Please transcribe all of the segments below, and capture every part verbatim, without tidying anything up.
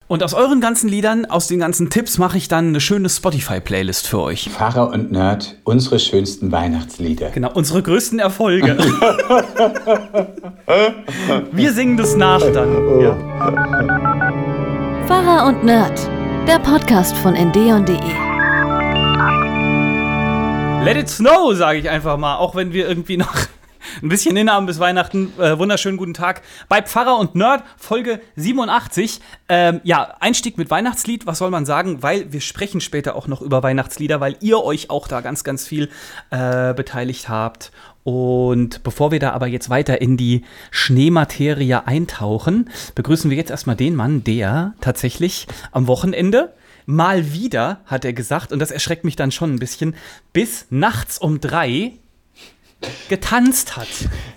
Und aus euren ganzen Liedern, aus den ganzen Tipps mache ich dann eine schöne Spotify-Playlist für euch. Pfarrer und Nerd, unsere schönsten Weihnachtslieder. Genau, unsere größten Erfolge. Wir singen das nach dann. Oh. Ja. Pfarrer und Nerd, der Podcast von n d on punkt d e. Let it snow, sage ich einfach mal, auch wenn wir irgendwie noch ein bisschen hinhaben bis Weihnachten. Äh, wunderschönen guten Tag bei Pfarrer und Nerd, Folge siebenundachtzig. Ähm, ja, Einstieg mit Weihnachtslied, was soll man sagen? Weil wir sprechen später auch noch über Weihnachtslieder, weil ihr euch auch da ganz, ganz viel äh, beteiligt habt. Und bevor wir da aber jetzt weiter in die Schneematerie eintauchen, begrüßen wir jetzt erstmal den Mann, der tatsächlich am Wochenende mal wieder, hat er gesagt, und das erschreckt mich dann schon ein bisschen, bis nachts um drei getanzt hat.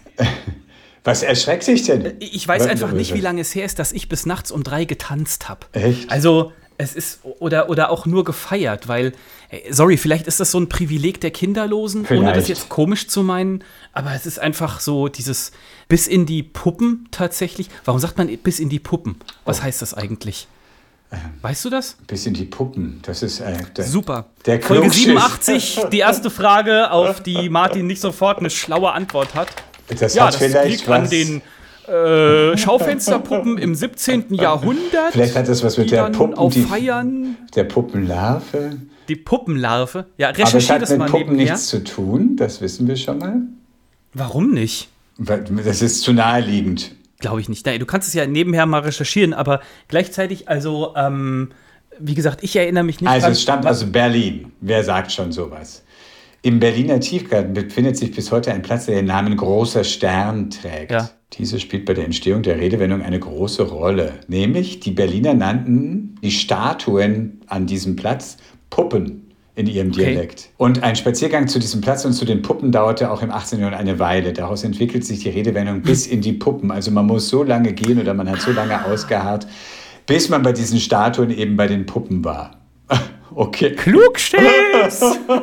Was erschreckt dich denn? Ich weiß einfach nicht, wie lange es her ist, dass ich bis nachts um drei getanzt habe. Echt? Also, es ist, oder, oder auch nur gefeiert, weil, sorry, vielleicht ist das so ein Privileg der Kinderlosen, vielleicht. Ohne das jetzt komisch zu meinen, aber es ist einfach so dieses bis in die Puppen tatsächlich. Warum sagt man bis in die Puppen? Was oh. heißt das eigentlich? Weißt du das? Bis in die Puppen. Das ist äh, der, super. Der Folge siebenundachtzig, die erste Frage, auf die Martin nicht sofort eine schlaue Antwort hat. Das ja, hat das vielleicht liegt was an den äh, Schaufensterpuppen im siebzehnten Jahrhundert. Vielleicht hat das was mit die der dann Puppen, auf die, Feiern. Der Puppenlarve. Die Puppenlarve. Ja, recherchiere das mal Aber es hat mit Puppen nebenher. nichts zu tun, das wissen wir schon mal. Warum nicht? Weil, das ist zu naheliegend. Glaube ich nicht. Nein, du kannst es ja nebenher mal recherchieren, aber gleichzeitig, also, ähm, wie gesagt, ich erinnere mich nicht. Also dran, es stammt aus Berlin. Wer sagt schon sowas? Im Berliner Tiefgarten befindet sich bis heute ein Platz, der den Namen Großer Stern trägt. Ja. Diese spielt bei der Entstehung der Redewendung eine große Rolle. Nämlich, die Berliner nannten die Statuen an diesem Platz Puppen in ihrem Okay. Dialekt. Und ein Spaziergang zu diesem Platz und zu den Puppen dauerte auch im achtzehnten Jahrhundert eine Weile. Daraus entwickelt sich die Redewendung bis in die Puppen. Also man muss so lange gehen oder man hat so lange ausgeharrt, bis man bei diesen Statuen eben bei den Puppen war. Okay. Klugschiss!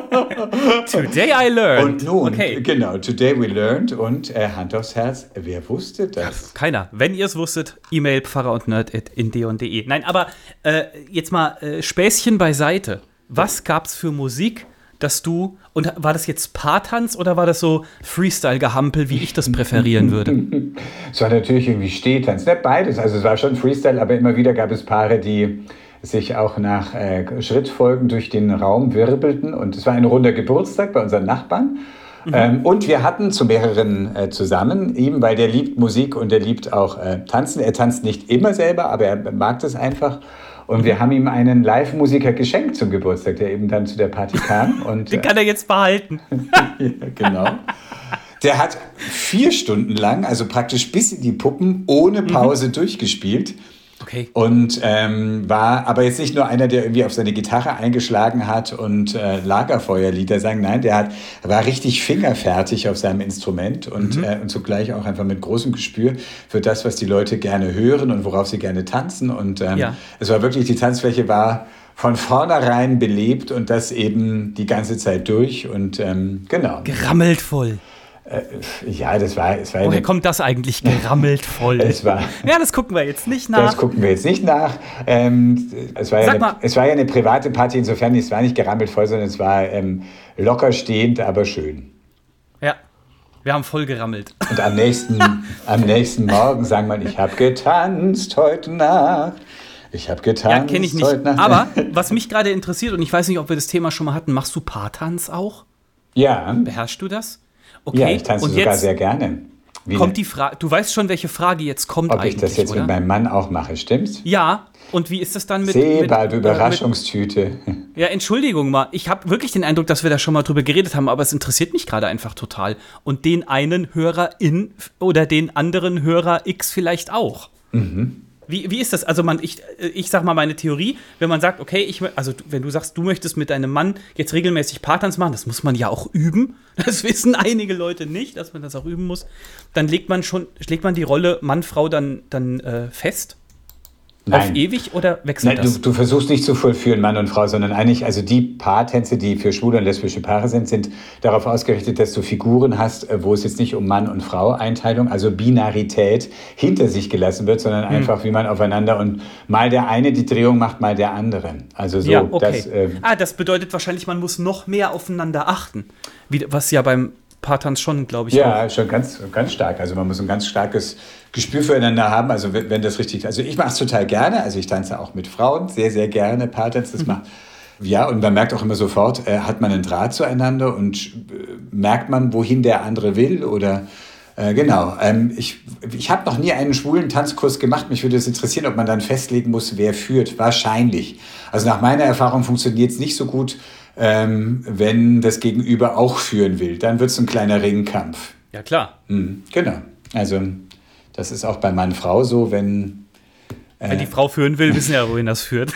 Today I learned. Und nun, okay. genau, today we learned und äh, Hand aufs Herz, wer wusste das? Keiner. Wenn ihr es wusstet, E-Mail pfarrer und nerd at n d on punkt d e. Nein, aber äh, jetzt mal äh, Späßchen beiseite. Was gab's für Musik, dass du, und war das jetzt Paartanz oder war das so Freestyle-Gehampel, wie ich das präferieren würde? Es war natürlich irgendwie Stehtanz, ne? Beides. Also es war schon Freestyle, aber immer wieder gab es Paare, die sich auch nach äh, Schrittfolgen durch den Raum wirbelten. Und es war ein runder Geburtstag bei unseren Nachbarn. Mhm. Ähm, und wir hatten zu mehreren äh, zusammen, eben weil der liebt Musik und der liebt auch äh, Tanzen. Er tanzt nicht immer selber, aber er mag das einfach. Und wir haben ihm einen Live-Musiker geschenkt zum Geburtstag, der eben dann zu der Party kam. Und, Den kann er jetzt behalten. ja, genau. Der hat vier Stunden lang, also praktisch bis in die Puppen, ohne Pause mhm. durchgespielt. Okay. Und ähm, war aber jetzt nicht nur einer, der irgendwie auf seine Gitarre eingeschlagen hat und äh, Lagerfeuerlieder sang. Nein, der hat, war richtig fingerfertig auf seinem Instrument und, mhm. äh, und zugleich auch einfach mit großem Gespür für das, was die Leute gerne hören und worauf sie gerne tanzen. Und ähm, ja. es war wirklich, die Tanzfläche war von vornherein belebt und das eben die ganze Zeit durch. Und ähm, genau. Gerammelt voll. Ja, das war... Es war Woher eine, kommt das eigentlich, gerammelt voll? Es war, ja, das gucken wir jetzt nicht nach. Das gucken wir jetzt nicht nach. Ähm, es, war ja eine, es war ja eine private Party, insofern, es war nicht gerammelt voll, sondern es war ähm, locker stehend, aber schön. Ja, wir haben voll gerammelt. Und am nächsten, am nächsten Morgen sang man, ich habe getanzt heute Nacht. Ich habe getanzt ja, kenne ich nicht. heute Nacht. Aber was mich gerade interessiert, und ich weiß nicht, ob wir das Thema schon mal hatten, machst du Paartanz auch? Ja. Beherrschst du das? Okay. Ja, ich tanze und sogar jetzt sehr gerne. Wie kommt die Frage, du weißt schon, welche Frage jetzt kommt Ob eigentlich, ich das jetzt oder? mit meinem Mann auch mache, stimmt's? Ja, und wie ist das dann mit... Seba, mit, du Überraschungstüte. Mit, ja, Entschuldigung mal, ich habe wirklich den Eindruck, dass wir da schon mal drüber geredet haben, aber es interessiert mich gerade einfach total. Und den einen Hörerin oder den anderen Hörer X vielleicht auch. Mhm. Wie, wie ist das? Also man, ich, ich sag mal meine Theorie, wenn man sagt, okay, ich, also wenn du sagst, du möchtest mit deinem Mann jetzt regelmäßig Paartanz machen, das muss man ja auch üben. Das wissen einige Leute nicht, dass man das auch üben muss. Dann legt man schon, legt man die Rolle Mann, Frau dann, dann äh, fest? Nein. Auf ewig oder wechselt Nein, das? du, du versuchst nicht zu vollführen, Mann und Frau, sondern eigentlich, also die Paartänze, die für schwule und lesbische Paare sind, sind darauf ausgerichtet, dass du Figuren hast, wo es jetzt nicht um Mann und Frau Einteilung, also Binarität hinter sich gelassen wird, sondern hm. einfach, wie man aufeinander und mal der eine die Drehung macht, mal der andere. Also so, ja, okay. das, äh, ah, das bedeutet wahrscheinlich, man muss noch mehr aufeinander achten, wie, was ja beim Paartanz schon, glaube ich, ja, auch. schon ganz, ganz stark. Also man muss ein ganz starkes Gespür füreinander haben. Also wenn, wenn das richtig, also ich mache es total gerne. Also ich tanze auch mit Frauen sehr, sehr gerne Paartanz. Das mhm. macht, ja, und man merkt auch immer sofort, äh, hat man einen Draht zueinander und äh, merkt man, wohin der andere will oder äh, genau. Ähm, ich ich habe noch nie einen schwulen Tanzkurs gemacht. Mich würde es interessieren, ob man dann festlegen muss, wer führt. Wahrscheinlich. Also nach meiner Erfahrung funktioniert es nicht so gut, Ähm, wenn das Gegenüber auch führen will. Dann wird es ein kleiner Ringkampf. Ja, klar. Mhm, genau. Also das ist auch bei Mann-Frau so, wenn... Äh, wenn die Frau führen will, wissen ja, wohin das führt.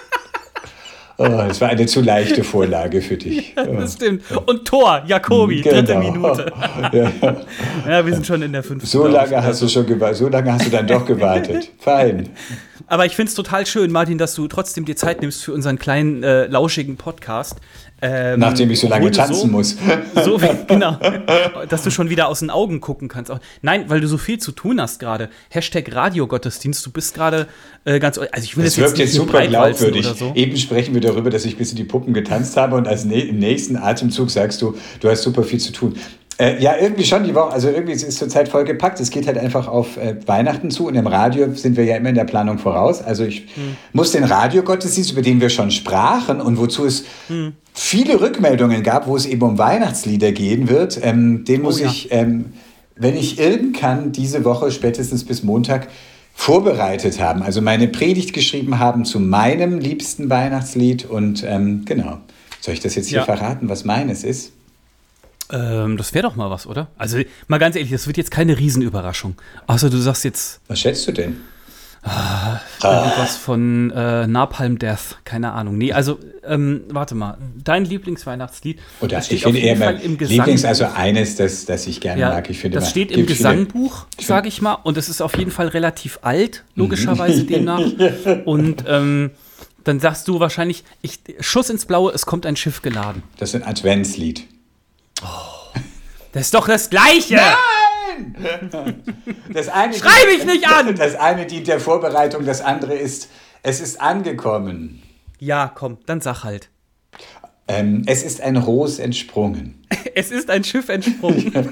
Oh, das war eine zu leichte Vorlage für dich. Ja, das stimmt. Und Tor, Jakobi, genau. dritte Minute. Ja. Ja, wir sind schon in der fünften. So lange hast du schon gewartet. So lange hast du dann doch gewartet. Fein. Aber ich finde es total schön, Martin, dass du trotzdem dir Zeit nimmst für unseren kleinen, äh, lauschigen Podcast. Ähm, Nachdem ich so lange tanzen so, muss. So wie, genau. Dass du schon wieder aus den Augen gucken kannst. Nein, weil du so viel zu tun hast gerade. Hashtag Radiogottesdienst. Du bist gerade äh, ganz. Also ich will das das wirkt jetzt, jetzt super glaubwürdig. So. Eben sprechen wir darüber, dass ich bis in die Puppen getanzt habe und als ne- im nächsten Atemzug sagst du, du hast super viel zu tun. Äh, ja, irgendwie schon die Woche, also irgendwie ist es zurzeit voll gepackt. Es geht halt einfach auf äh, Weihnachten zu und im Radio sind wir ja immer in der Planung voraus. Also ich hm. muss den Radiogottesdienst, über den wir schon sprachen und wozu es hm. viele Rückmeldungen gab, wo es eben um Weihnachtslieder gehen wird, ähm, den muss oh, ja. ich, ähm, wenn ich irgend kann, diese Woche spätestens bis Montag vorbereitet haben. Also meine Predigt geschrieben haben zu meinem liebsten Weihnachtslied und ähm, genau. Soll ich das jetzt hier ja. verraten, was meines ist? Ähm, das wäre doch mal was, oder? Also mal ganz ehrlich, das wird jetzt keine Riesenüberraschung. Außer du sagst jetzt... Was schätzt du denn? Ah, irgendwas von äh, Napalm Death, keine Ahnung. Nee, also, ähm, warte mal. Dein Lieblingsweihnachtslied. Oder das ich finde eher mein Lieblings, also eines, das, das ich gerne ja, mag. Ich finde das steht im Gesangbuch, sage ich mal. Und es ist auf jeden Fall relativ alt, logischerweise demnach. Und ähm, dann sagst du wahrscheinlich, ich, Schuss ins Blaue, es kommt ein Schiff geladen. Das ist ein Adventslied. Oh, das ist doch das Gleiche! Nein! Das eine Schreibe ich nicht an! Das eine dient der Vorbereitung, das andere ist, es ist angekommen. Ja, komm, dann sag halt. Ähm, es ist ein Ros entsprungen. Es ist ein Schiff entsprungen.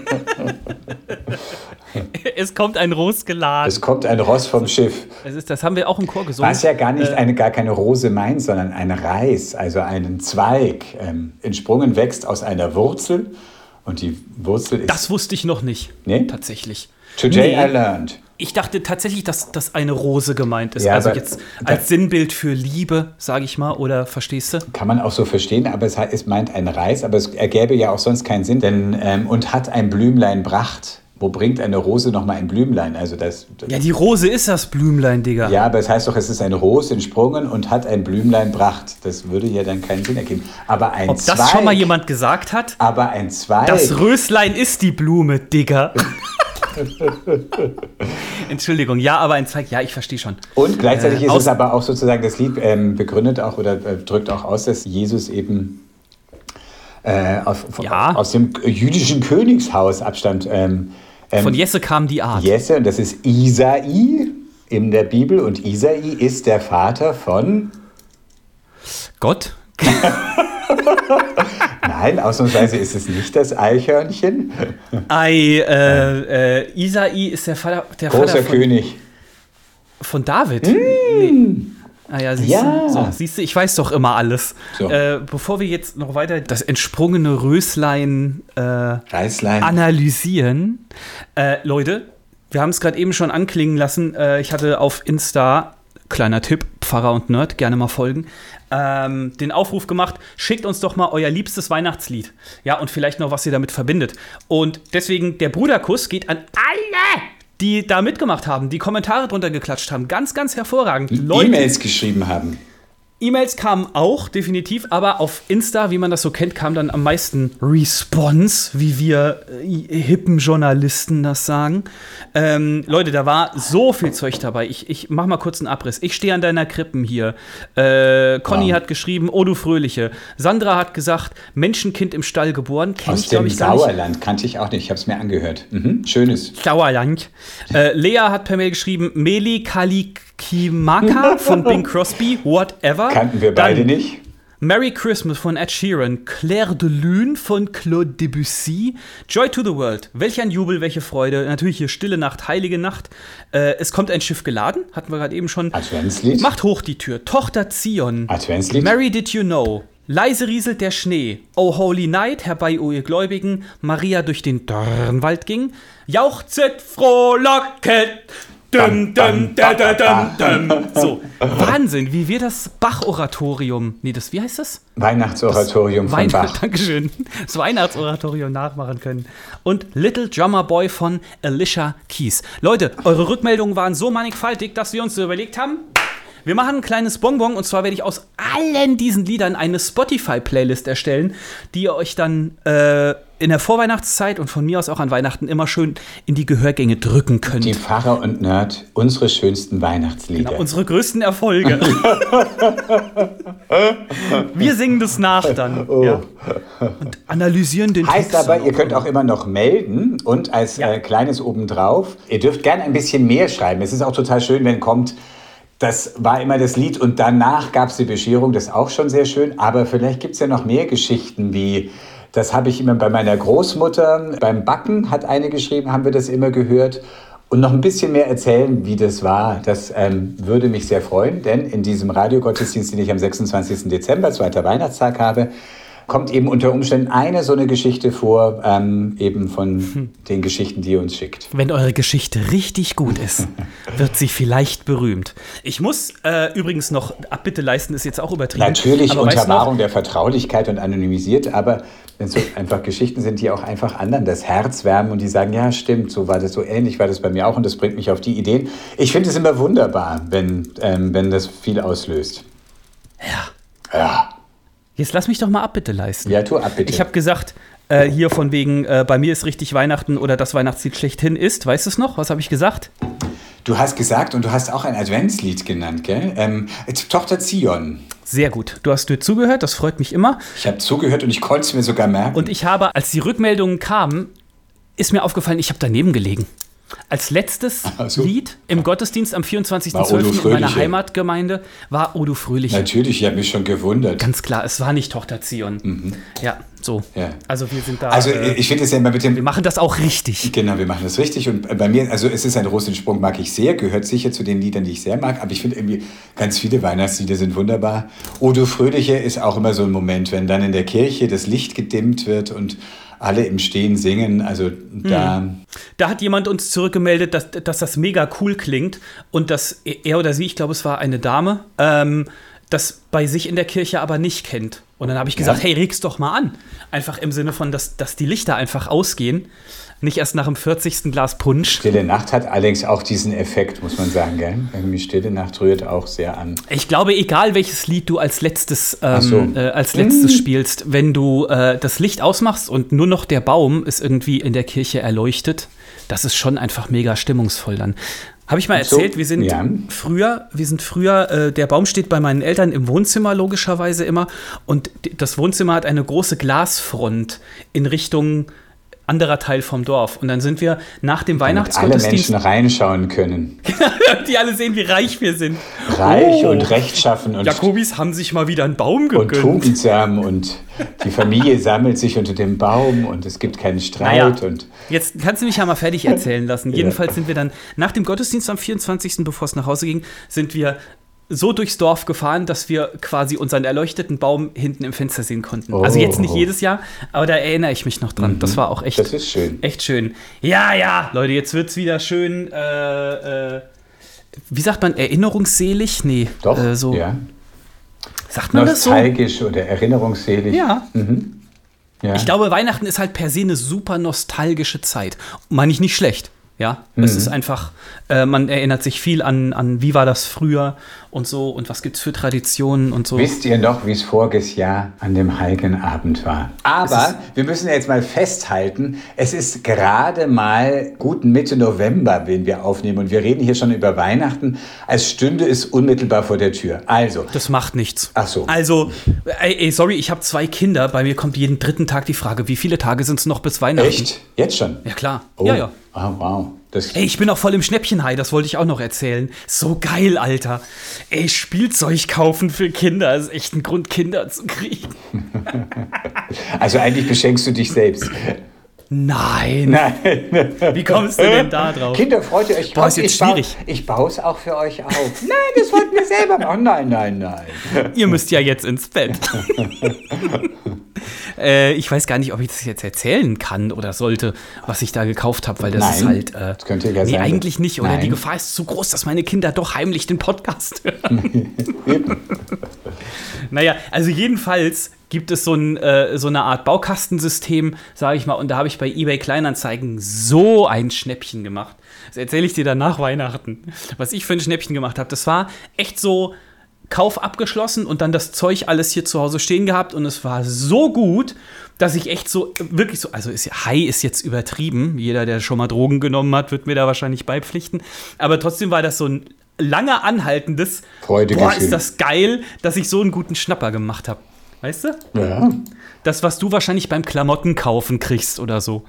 Es kommt ein Ros geladen. Es kommt ein Ross vom Schiff. Es ist, das haben wir auch im Chor gesungen. Was ja gar nicht äh, eine, gar keine Rose meint, sondern ein Reis, also einen Zweig. Ähm, entsprungen wächst aus einer Wurzel und die Wurzel ist... Das wusste ich noch nicht, nee? Tatsächlich. Today nee. I learned. Ich dachte tatsächlich, dass das eine Rose gemeint ist. Ja, also jetzt als Sinnbild für Liebe, sage ich mal, oder verstehst du? Kann man auch so verstehen, aber es, es meint ein Reis, aber es ergäbe ja auch sonst keinen Sinn. Denn, ähm, und hat ein Blümlein bracht. Wo bringt eine Rose nochmal ein Blümlein? Also das, das ja, die Rose ist das Blümlein, Digga. Ja, aber es heißt doch, es ist ein Ros entsprungen und hat ein Blümlein bracht. Das würde ja dann keinen Sinn ergeben. Aber ein Ob Zweig, das schon mal jemand gesagt hat? Aber ein Zweig. Das Röslein ist die Blume, Digga. Entschuldigung, ja, aber ein Zweig, ja, ich verstehe schon. Und gleichzeitig äh, ist es aber auch sozusagen, das Lied ähm, begründet auch oder äh, drückt auch aus, dass Jesus eben äh, auf, ja. aus dem jüdischen Königshaus abstammt. Ähm, ähm, Von Jesse kam die Art. Jesse, und das ist Isai in der Bibel. Und Isai ist der Vater von Gott? Nein, ausnahmsweise ist es nicht das Eichhörnchen. Ei, äh, äh, Isai ist der Vater, der Großer Vater von, König. Von David? Mm. Nee. Ah ja, siehst ja. du, so, siehst du, ich weiß doch immer alles. So. Äh, bevor wir jetzt noch weiter das entsprungene Röslein äh, analysieren. Äh, Leute, wir haben es gerade eben schon anklingen lassen. Äh, ich hatte auf Insta, kleiner Tipp, Pfarrer und Nerd, gerne mal folgen, ähm, den Aufruf gemacht, schickt uns doch mal euer liebstes Weihnachtslied. Ja, und vielleicht noch, was ihr damit verbindet. Und deswegen, der Bruderkuss geht an alle, die da mitgemacht haben, die Kommentare drunter geklatscht haben. Ganz, ganz hervorragend. Die E-Mails geschrieben haben. E-Mails kamen auch, definitiv, aber auf Insta, wie man das so kennt, kam dann am meisten Response, wie wir äh, hippen Journalisten das sagen. Ähm, Leute, da war so viel Zeug dabei. Ich, ich mach mal kurz einen Abriss. Ich stehe an deiner Krippen hier. Äh, Conny wow. hat geschrieben, oh du Fröhliche. Sandra hat gesagt, Menschenkind im Stall geboren. Kenn Aus ich, dem ich, Sauerland, kannte ich auch nicht. Ich habe es mir angehört. Mhm. Schönes. Sauerland. Äh, Lea hat per Mail geschrieben, Meli Kalikimaka von Bing Crosby, whatever. Kannten wir beide Dann nicht. Merry Christmas von Ed Sheeran, Claire de Lune von Claude Debussy, Joy to the World, welch ein Jubel, welche Freude, natürlich hier Stille Nacht, Heilige Nacht, äh, es kommt ein Schiff geladen, hatten wir gerade eben schon. Adventslied. Macht hoch die Tür, Tochter Zion, Adventslied. Mary Did You Know, leise rieselt der Schnee, O Holy Night, herbei, o ihr Gläubigen, Maria durch den Dornwald ging, jauchzet, frohlocket, Dum, dum, da, da, dum, dum. So, Wahnsinn, wie wir das Bach-Oratorium, nee, das, wie heißt das? Weihnachtsoratorium das von Weihn- Bach. Dankeschön. Das Weihnachtsoratorium nachmachen können. Und Little Drummer Boy von Alicia Keys. Leute, eure Rückmeldungen waren so mannigfaltig, dass wir uns so überlegt haben, wir machen ein kleines Bonbon, und zwar werde ich aus allen diesen Liedern eine Spotify-Playlist erstellen, die ihr euch dann äh, in der Vorweihnachtszeit und von mir aus auch an Weihnachten immer schön in die Gehörgänge drücken könnt. Die Pfarrer und Nerd, unsere schönsten Weihnachtslieder. Genau, unsere größten Erfolge. Wir singen das nach dann. Oh. Ja. Und analysieren den Heißt Text. aber, ihr könnt auch immer noch melden und als ja. äh, kleines obendrauf, ihr dürft gerne ein bisschen mehr schreiben. Es ist auch total schön, wenn kommt, das war immer das Lied und danach gab es die Bescherung, das ist auch schon sehr schön. Aber vielleicht gibt es ja noch mehr Geschichten wie, das habe ich immer bei meiner Großmutter, beim Backen hat eine geschrieben, haben wir das immer gehört. Und noch ein bisschen mehr erzählen, wie das war, das ähm, würde mich sehr freuen. Denn in diesem Radiogottesdienst, den ich am sechsundzwanzigsten Dezember, zweiter Weihnachtstag habe, kommt eben unter Umständen eine so eine Geschichte vor, ähm, eben von hm. den Geschichten, die ihr uns schickt. Wenn eure Geschichte richtig gut ist, wird sie vielleicht berühmt. Ich muss äh, übrigens noch Abbitte leisten, ist jetzt auch übertrieben. Natürlich unter Wahrung der Vertraulichkeit und anonymisiert, aber wenn es so einfach Geschichten sind, die auch einfach anderen das Herz wärmen und die sagen, ja stimmt, so war das, so ähnlich war das bei mir auch und das bringt mich auf die Ideen. Ich finde es immer wunderbar, wenn, ähm, wenn das viel auslöst. Ja. Ja. Jetzt lass mich doch mal Abbitte leisten. Ja, tu Abbitte. Ich habe gesagt, äh, hier von wegen, äh, bei mir ist richtig Weihnachten oder das Weihnachtslied schlechthin ist. Weißt du es noch? Was habe ich gesagt? Du hast gesagt, und du hast auch ein Adventslied genannt, gell? Ähm, Tochter Zion. Sehr gut. Du hast dir zugehört, das freut mich immer. Ich habe zugehört und ich konnte es mir sogar merken. Und ich habe, als die Rückmeldungen kamen, ist mir aufgefallen, ich habe daneben gelegen. Als letztes so. Lied im Gottesdienst am vierundzwanzigsten zwölften in meiner Heimatgemeinde war O du Fröhliche. Natürlich, ich habe mich schon gewundert. Ganz klar, es war nicht Tochter Zion. Mhm. Ja, so. Ja. Also wir sind da. Also ich finde es ja immer mit dem... Wir machen das auch richtig. Genau, wir machen das richtig. Und bei mir, also es ist ein Rosensprung, mag ich sehr, gehört sicher zu den Liedern, die ich sehr mag. Aber ich finde irgendwie, ganz viele Weihnachtslieder sind wunderbar. O du Fröhliche ist auch immer so ein Moment, wenn dann in der Kirche das Licht gedimmt wird und alle im Stehen singen, also da... Hm. Da hat jemand uns zurückgemeldet, dass, dass das mega cool klingt und dass er oder sie, ich glaube, es war eine Dame, ähm, das bei sich in der Kirche aber nicht kennt. Und dann habe ich gesagt, ja. hey, reg's doch mal an. Einfach im Sinne von, dass, dass die Lichter einfach ausgehen. Nicht erst nach dem vierzigsten Glas Punsch. Stille Nacht hat allerdings auch diesen Effekt, muss man sagen, gell? Irgendwie Stille Nacht rührt auch sehr an. Ich glaube, egal welches Lied du als letztes, ähm, so. äh, als letztes mm. spielst, wenn du äh, das Licht ausmachst und nur noch der Baum ist irgendwie in der Kirche erleuchtet, das ist schon einfach mega stimmungsvoll dann. Habe ich mal erzählt, so, wir sind ja. früher, wir sind früher, äh, der Baum steht bei meinen Eltern im Wohnzimmer logischerweise immer und d- das Wohnzimmer hat eine große Glasfront in Richtung anderer Teil vom Dorf. Und dann sind wir nach dem Damit Weihnachtsgottesdienst... alle Menschen reinschauen können. Die alle sehen, wie reich wir sind. Reich oh. und rechtschaffen. Und Jakobis haben sich mal wieder einen Baum gegönnt. Und tugendsam und die Familie sammelt sich unter dem Baum und es gibt keinen Streit. Naja, und jetzt kannst du mich ja mal fertig erzählen lassen. Ja. Jedenfalls sind wir dann nach dem Gottesdienst am vierundzwanzigsten, bevor es nach Hause ging, sind wir so durchs Dorf gefahren, dass wir quasi unseren erleuchteten Baum hinten im Fenster sehen konnten. Oh. Also jetzt nicht jedes Jahr, aber da erinnere ich mich noch dran. Mhm. Das war auch echt, das ist schön. echt schön. Ja, ja, Leute, jetzt wird's wieder schön, äh, äh, wie sagt man, erinnerungsselig? Nee. Doch, äh, so. ja. Sagt man das so? Nostalgisch oder erinnerungsselig. Ja. Mhm. ja. Ich glaube, Weihnachten ist halt per se eine super nostalgische Zeit. Meine ich nicht schlecht. Ja, mhm. Es ist einfach, äh, man erinnert sich viel an, an, wie war das früher und so und was gibt's für Traditionen und so. Wisst ihr noch, wie es voriges Jahr an dem heiligen Abend war? Aber wir müssen jetzt mal festhalten, es ist gerade mal gut Mitte November, wenn wir aufnehmen und wir reden hier schon über Weihnachten, als stünde es unmittelbar vor der Tür. Also. Das macht nichts. Ach so. Also, ey, ey sorry, ich habe zwei Kinder, bei mir kommt jeden dritten Tag die Frage, wie viele Tage sind es noch bis Weihnachten? Echt? Jetzt schon? Ja, klar. Oh. Ja, ja. Oh, wow. Das Ey, ich bin auch voll im Schnäppchenhai, das wollte ich auch noch erzählen. So geil, Alter. Ey, Spielzeug kaufen für Kinder ist echt ein Grund, Kinder zu kriegen. Also eigentlich beschenkst du dich selbst. Nein. Nein. Wie kommst du denn da drauf? Kinder, freut ihr euch. Boah, ist jetzt ich baue, schwierig. Ich baue es auch für euch auf. Nein, das wollten wir selber machen. Nein, nein, nein. Ihr müsst ja jetzt ins Bett. äh, ich weiß gar nicht, ob ich das jetzt erzählen kann oder sollte, was ich da gekauft habe, weil das Nein, ist halt. Äh, das könnte ja nee, sein. eigentlich nicht. Oder Nein. die Gefahr ist zu groß, dass meine Kinder doch heimlich den Podcast hören. Naja, also jedenfalls gibt es so, ein, äh, so eine Art Baukastensystem, sage ich mal, und da habe ich bei eBay Kleinanzeigen so ein Schnäppchen gemacht. Das erzähle ich dir dann nach Weihnachten, was ich für ein Schnäppchen gemacht habe. Das war echt so Kauf abgeschlossen und dann das Zeug alles hier zu Hause stehen gehabt und es war so gut, dass ich echt so, wirklich so, also ist, High ist jetzt übertrieben, jeder, der schon mal Drogen genommen hat, wird mir da wahrscheinlich beipflichten, aber trotzdem war das so ein lange anhaltendes, Freudegefühl. Boah, ist das geil, dass ich so einen guten Schnapper gemacht habe. Weißt du? Ja. Das, was du wahrscheinlich beim Klamottenkaufen kriegst oder so.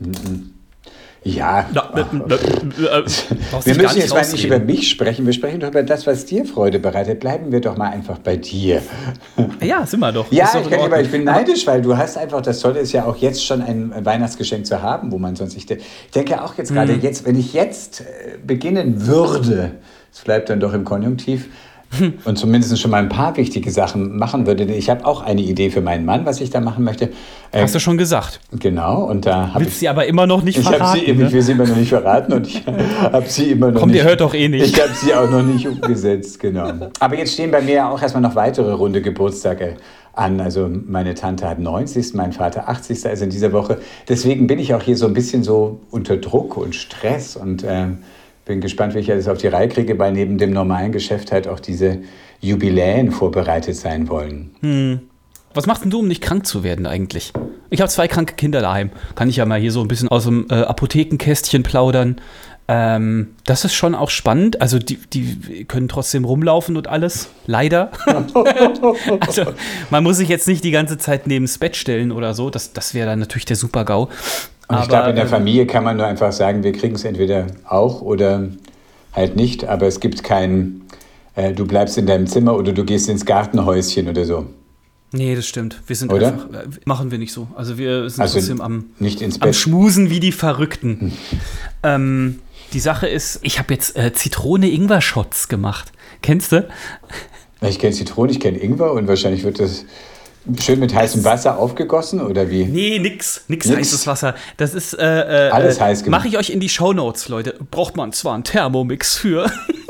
Ja. Na, äh, äh, äh, wir müssen jetzt mal nicht über mich sprechen. Wir sprechen doch über das, was dir Freude bereitet. Bleiben wir doch mal einfach bei dir. Ja, sind wir doch. Ja, doch ich, kann, aber ich bin neidisch, weil du hast einfach, das Tolle ist ja auch jetzt schon ein Weihnachtsgeschenk zu haben, wo man sonst nicht... Ich denke auch jetzt gerade, mhm. jetzt, wenn ich jetzt beginnen würde, es bleibt dann doch im Konjunktiv, und zumindest schon mal ein paar wichtige Sachen machen würde. Ich habe auch eine Idee für meinen Mann, was ich da machen möchte. Hast du schon gesagt. Genau. Und da Willst ich, sie aber immer noch nicht ich verraten? Sie, ne? Ich will sie immer noch nicht verraten und ich habe sie immer noch Komm, nicht... ihr hört doch eh nicht. Ich habe sie auch noch nicht umgesetzt, genau. Aber jetzt stehen bei mir ja auch erstmal noch weitere runde Geburtstage an. Also meine Tante hat neunzig, mein Vater achtzig, also in dieser Woche. Deswegen bin ich auch hier so ein bisschen so unter Druck und Stress und ähm, bin gespannt, wie ich das auf die Reihe kriege, weil neben dem normalen Geschäft halt auch diese Jubiläen vorbereitet sein wollen. Hm. Was machst denn du, um nicht krank zu werden eigentlich? Ich habe zwei kranke Kinder daheim. Kann ich ja mal hier so ein bisschen aus dem äh, Apothekenkästchen plaudern. Ähm, das ist schon auch spannend. Also die, die können trotzdem rumlaufen und alles. Leider. Also man muss sich jetzt nicht die ganze Zeit neben das Bett stellen oder so. Das, das wäre dann natürlich der Super-GAU. Und ich glaube, in der Familie kann man nur einfach sagen, wir kriegen es entweder auch oder halt nicht. Aber es gibt kein, äh, du bleibst in deinem Zimmer oder du gehst ins Gartenhäuschen oder so. Nee, das stimmt. Wir sind oder? einfach, äh, machen wir nicht so. Also wir sind also trotzdem am, nicht ins Bett. am Schmusen wie die Verrückten. Hm. Ähm, die Sache ist, ich habe jetzt äh, Zitrone-Ingwer-Shots gemacht. Kennst du? Ich kenne Zitrone, ich kenne Ingwer und wahrscheinlich wird das schön mit heißem Wasser aufgegossen, oder wie? Nee, nix. Nix, nix. heißes Wasser. Das ist, äh, äh, alles heiß gemacht. Mache ich euch in die Shownotes, Leute. Braucht man zwar einen Thermomix für.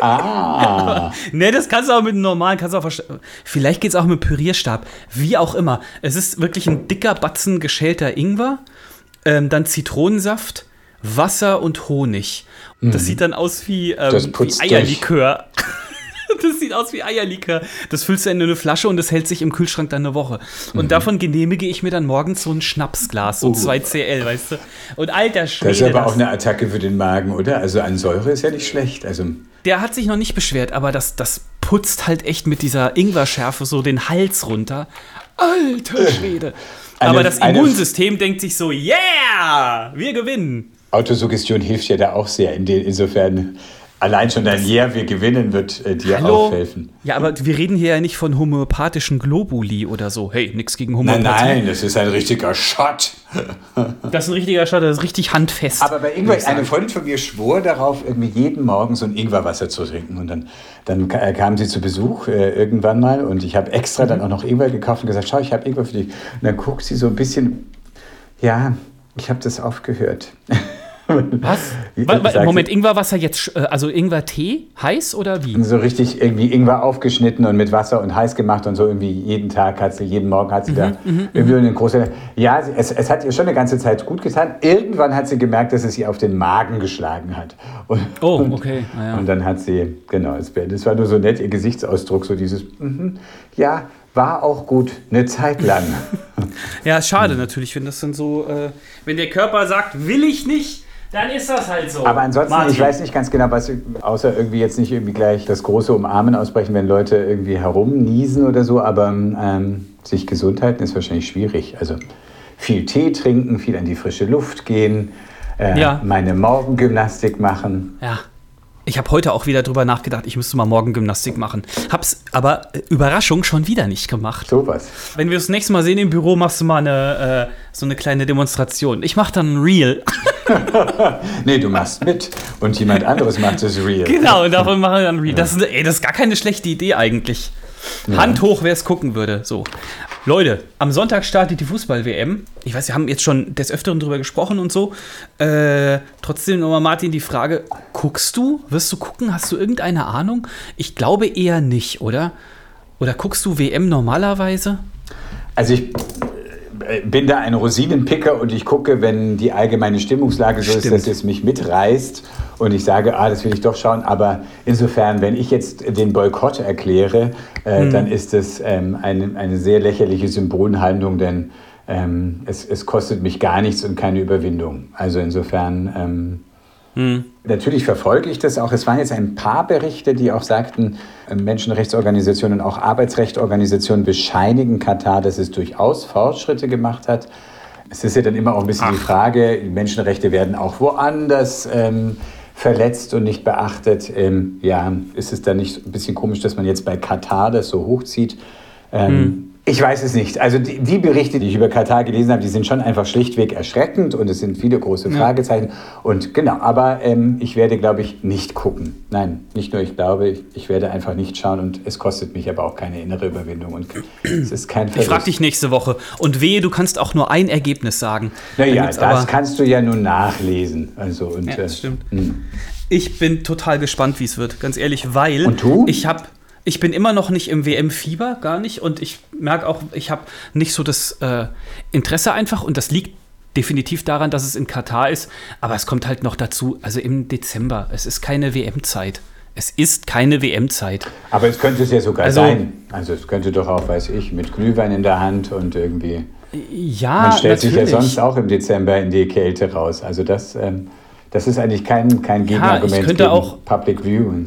Ah. Nee, das kannst du auch mit einem normalen, kannst du auch, vielleicht geht's auch mit Pürierstab. Wie auch immer. Es ist wirklich ein dicker Batzen geschälter Ingwer, ähm, dann Zitronensaft, Wasser und Honig. Und das mhm. sieht dann aus wie, ähm, wie Eierlikör. Das sieht aus wie Eierlikör. Das füllst du in eine Flasche und das hält sich im Kühlschrank dann eine Woche. Und mhm. davon genehmige ich mir dann morgens so ein Schnapsglas, so uh. zwei C L, weißt du. Und alter Schwede. Das ist aber das auch eine Attacke für den Magen, oder? Also an Säure ist ja nicht schlecht. Also der hat sich noch nicht beschwert, aber das, das putzt halt echt mit dieser Ingwerschärfe so den Hals runter. Alter Schwede. Eine, aber das Immunsystem denkt sich so, yeah, wir gewinnen. Autosuggestion hilft ja da auch sehr. In den, insofern... Allein schon dein Yeah, wir gewinnen, wird äh, dir Hallo? auch helfen. Ja, aber wir reden hier ja nicht von homöopathischen Globuli oder so. Hey, nix gegen Homöopathie. Nein, nein, das ist ein richtiger Shot. Das ist ein richtiger Shot, das ist richtig handfest. Aber bei Ingwer, eine Freundin von mir schwor darauf, irgendwie jeden Morgen so ein Ingwerwasser zu trinken. Und dann, dann kam sie zu Besuch äh, irgendwann mal und ich habe extra mhm. dann auch noch Ingwer gekauft und gesagt, schau, ich habe Ingwer für dich. Und dann guckt sie so ein bisschen, ja, ich habe das aufgehört. Was? Wa- Moment, Ingwerwasser jetzt, also Ingwertee, heiß oder wie? So richtig irgendwie Ingwer aufgeschnitten und mit Wasser und heiß gemacht und so irgendwie jeden Tag hat sie, jeden Morgen hat sie mhm, da mhm, irgendwie eine große... Ja, es, es hat ihr schon eine ganze Zeit gut getan. Irgendwann hat sie gemerkt, dass es ihr auf den Magen geschlagen hat. Und, oh, okay. Und, ja. und dann hat sie, genau, das war nur so nett, ihr Gesichtsausdruck, so dieses, mm-hmm, ja, war auch gut, eine Zeit lang. Ja, schade natürlich, wenn das dann so, äh, wenn der Körper sagt, will ich nicht, dann ist das halt so. Aber ansonsten, Martin. Ich weiß nicht ganz genau, was, außer irgendwie jetzt nicht irgendwie gleich das große Umarmen ausbrechen, wenn Leute irgendwie herumniesen oder so, aber ähm, sich gesund halten ist wahrscheinlich schwierig. Also viel Tee trinken, viel an die frische Luft gehen, äh, ja. meine Morgengymnastik machen. Ja. Ich habe heute auch wieder drüber nachgedacht, ich müsste mal morgen Gymnastik machen. Hab's aber, äh, Überraschung, schon wieder nicht gemacht. So was. Wenn wir uns das nächste Mal sehen im Büro, machst du mal eine, äh, so eine kleine Demonstration. Ich mache dann ein Reel. Nee, du machst mit und jemand anderes macht das Reel. Genau, und davon machen wir dann ein Reel. Das ist, ey, das ist gar keine schlechte Idee eigentlich. Ja. Hand hoch, wer es gucken würde. So. Leute, am Sonntag startet die Fußball-W M. Ich weiß, wir haben jetzt schon des Öfteren drüber gesprochen und so. Äh, trotzdem nochmal, Martin, die Frage, guckst du? Wirst du gucken? Hast du irgendeine Ahnung? Ich glaube eher nicht, oder? Oder guckst du W M normalerweise? Also ich bin da ein Rosinenpicker und ich gucke, wenn die allgemeine Stimmungslage so Stimmt. ist, dass es mich mitreißt und ich sage, ah, das will ich doch schauen. Aber insofern, wenn ich jetzt den Boykott erkläre, äh, hm. dann ist das ähm, eine, eine sehr lächerliche Symbolhandlung, denn ähm, es, es kostet mich gar nichts und keine Überwindung. Also insofern... Ähm, Hm. Natürlich verfolge ich das auch. Es waren jetzt ein paar Berichte, die auch sagten, Menschenrechtsorganisationen und auch Arbeitsrechtsorganisationen bescheinigen Katar, dass es durchaus Fortschritte gemacht hat. Es ist ja dann immer auch ein bisschen Ach. die Frage, Menschenrechte werden auch woanders ähm, verletzt und nicht beachtet. Ähm, ja, ist es dann nicht ein bisschen komisch, dass man jetzt bei Katar das so hochzieht? Ähm, hm. Ich weiß es nicht. Also die, die Berichte, die ich über Katar gelesen habe, die sind schon einfach schlichtweg erschreckend und es sind viele große Fragezeichen. Ja. Und genau, aber ähm, ich werde, glaube ich, nicht gucken. Nein, nicht nur ich glaube, ich, ich werde einfach nicht schauen und es kostet mich aber auch keine innere Überwindung und es ist kein Verlust. Ich frage dich nächste Woche und wehe, du kannst auch nur ein Ergebnis sagen. Naja, das aber kannst du ja nun nachlesen. Also, und, ja, das stimmt. Äh, ich bin total gespannt, wie es wird, ganz ehrlich, weil und du? ich habe... Ich bin immer noch nicht im W M-Fieber, gar nicht. Und ich merke auch, ich habe nicht so das äh, Interesse einfach. Und das liegt definitiv daran, dass es in Katar ist. Aber es kommt halt noch dazu, also im Dezember. Es ist keine W M-Zeit. Es ist keine W M-Zeit. Aber es könnte es ja sogar also, sein. Also es könnte doch auch, weiß ich, mit Glühwein in der Hand und irgendwie... Ja, Man stellt natürlich. sich ja sonst auch im Dezember in die Kälte raus. Also das, ähm, das ist eigentlich kein, kein Gegenargument ja, ich könnte gegen auch Public Viewing.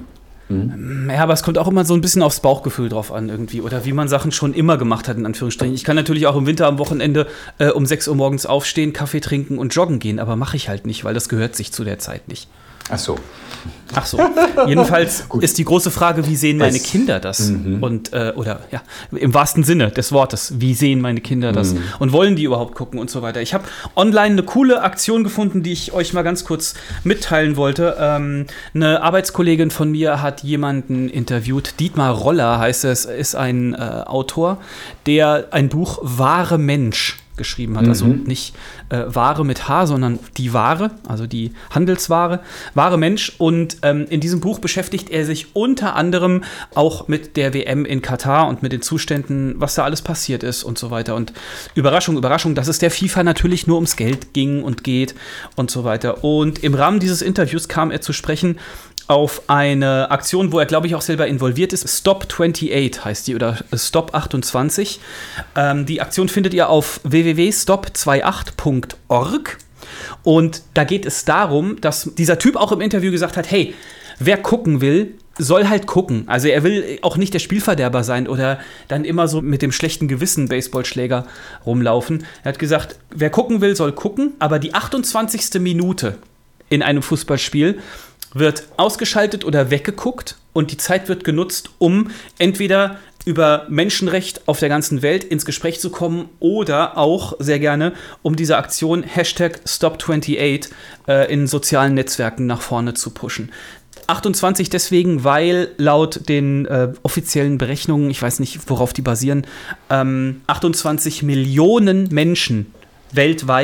Hm? Ja, aber es kommt auch immer so ein bisschen aufs Bauchgefühl drauf an irgendwie oder wie man Sachen schon immer gemacht hat, in Anführungsstrichen. Ich kann natürlich auch im Winter am Wochenende äh, um sechs Uhr morgens aufstehen, Kaffee trinken und joggen gehen, aber mache ich halt nicht, weil das gehört sich zu der Zeit nicht. Ach so. Ach so. Jedenfalls ist die große Frage, wie sehen meine Kinder das? Mhm. Und, äh, oder ja, im wahrsten Sinne des Wortes, wie sehen meine Kinder das? Mhm. Und wollen die überhaupt gucken und so weiter? Ich habe online eine coole Aktion gefunden, die ich euch mal ganz kurz mitteilen wollte. Ähm, eine Arbeitskollegin von mir hat jemanden interviewt, Dietmar Roller heißt es, ist ein äh, Autor, der ein Buch Wahre Mensch geschrieben hat, mhm. also nicht äh, Ware mit H, sondern die Ware, also die Handelsware, wahre Mensch. Und ähm, in diesem Buch beschäftigt er sich unter anderem auch mit der W M in Katar und mit den Zuständen, was da alles passiert ist und so weiter. Und Überraschung, Überraschung, dass es der FIFA natürlich nur ums Geld ging und geht und so weiter. Und im Rahmen dieses Interviews kam er zu sprechen auf eine Aktion, wo er, glaube ich, auch selber involviert ist. Stop achtundachtzig heißt die oder Stop achtundzwanzig. Ähm, die Aktion findet ihr auf w w w punkt stop achtundzwanzig punkt org. Und da geht es darum, dass dieser Typ auch im Interview gesagt hat, hey, wer gucken will, soll halt gucken. Also er will auch nicht der Spielverderber sein oder dann immer so mit dem schlechten Gewissen Baseballschläger rumlaufen. Er hat gesagt, wer gucken will, soll gucken, aber die achtundzwanzigste Minute in einem Fußballspiel wird ausgeschaltet oder weggeguckt und die Zeit wird genutzt, um entweder über Menschenrecht auf der ganzen Welt ins Gespräch zu kommen oder auch sehr gerne, um diese Aktion Hashtag Stop achtundzwanzig äh, in sozialen Netzwerken nach vorne zu pushen. achtundzwanzig deswegen, weil laut den äh, offiziellen Berechnungen, ich weiß nicht, worauf die basieren, ähm, achtundzwanzig Millionen Menschen weltweit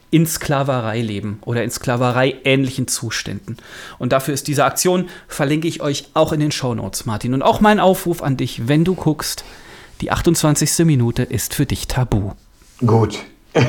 in Sklaverei leben oder in Sklaverei-ähnlichen Zuständen. Und dafür ist diese Aktion, verlinke ich euch auch in den Shownotes, Martin. Und auch mein Aufruf an dich, wenn du guckst, die achtundzwanzigste Minute ist für dich tabu. Gut.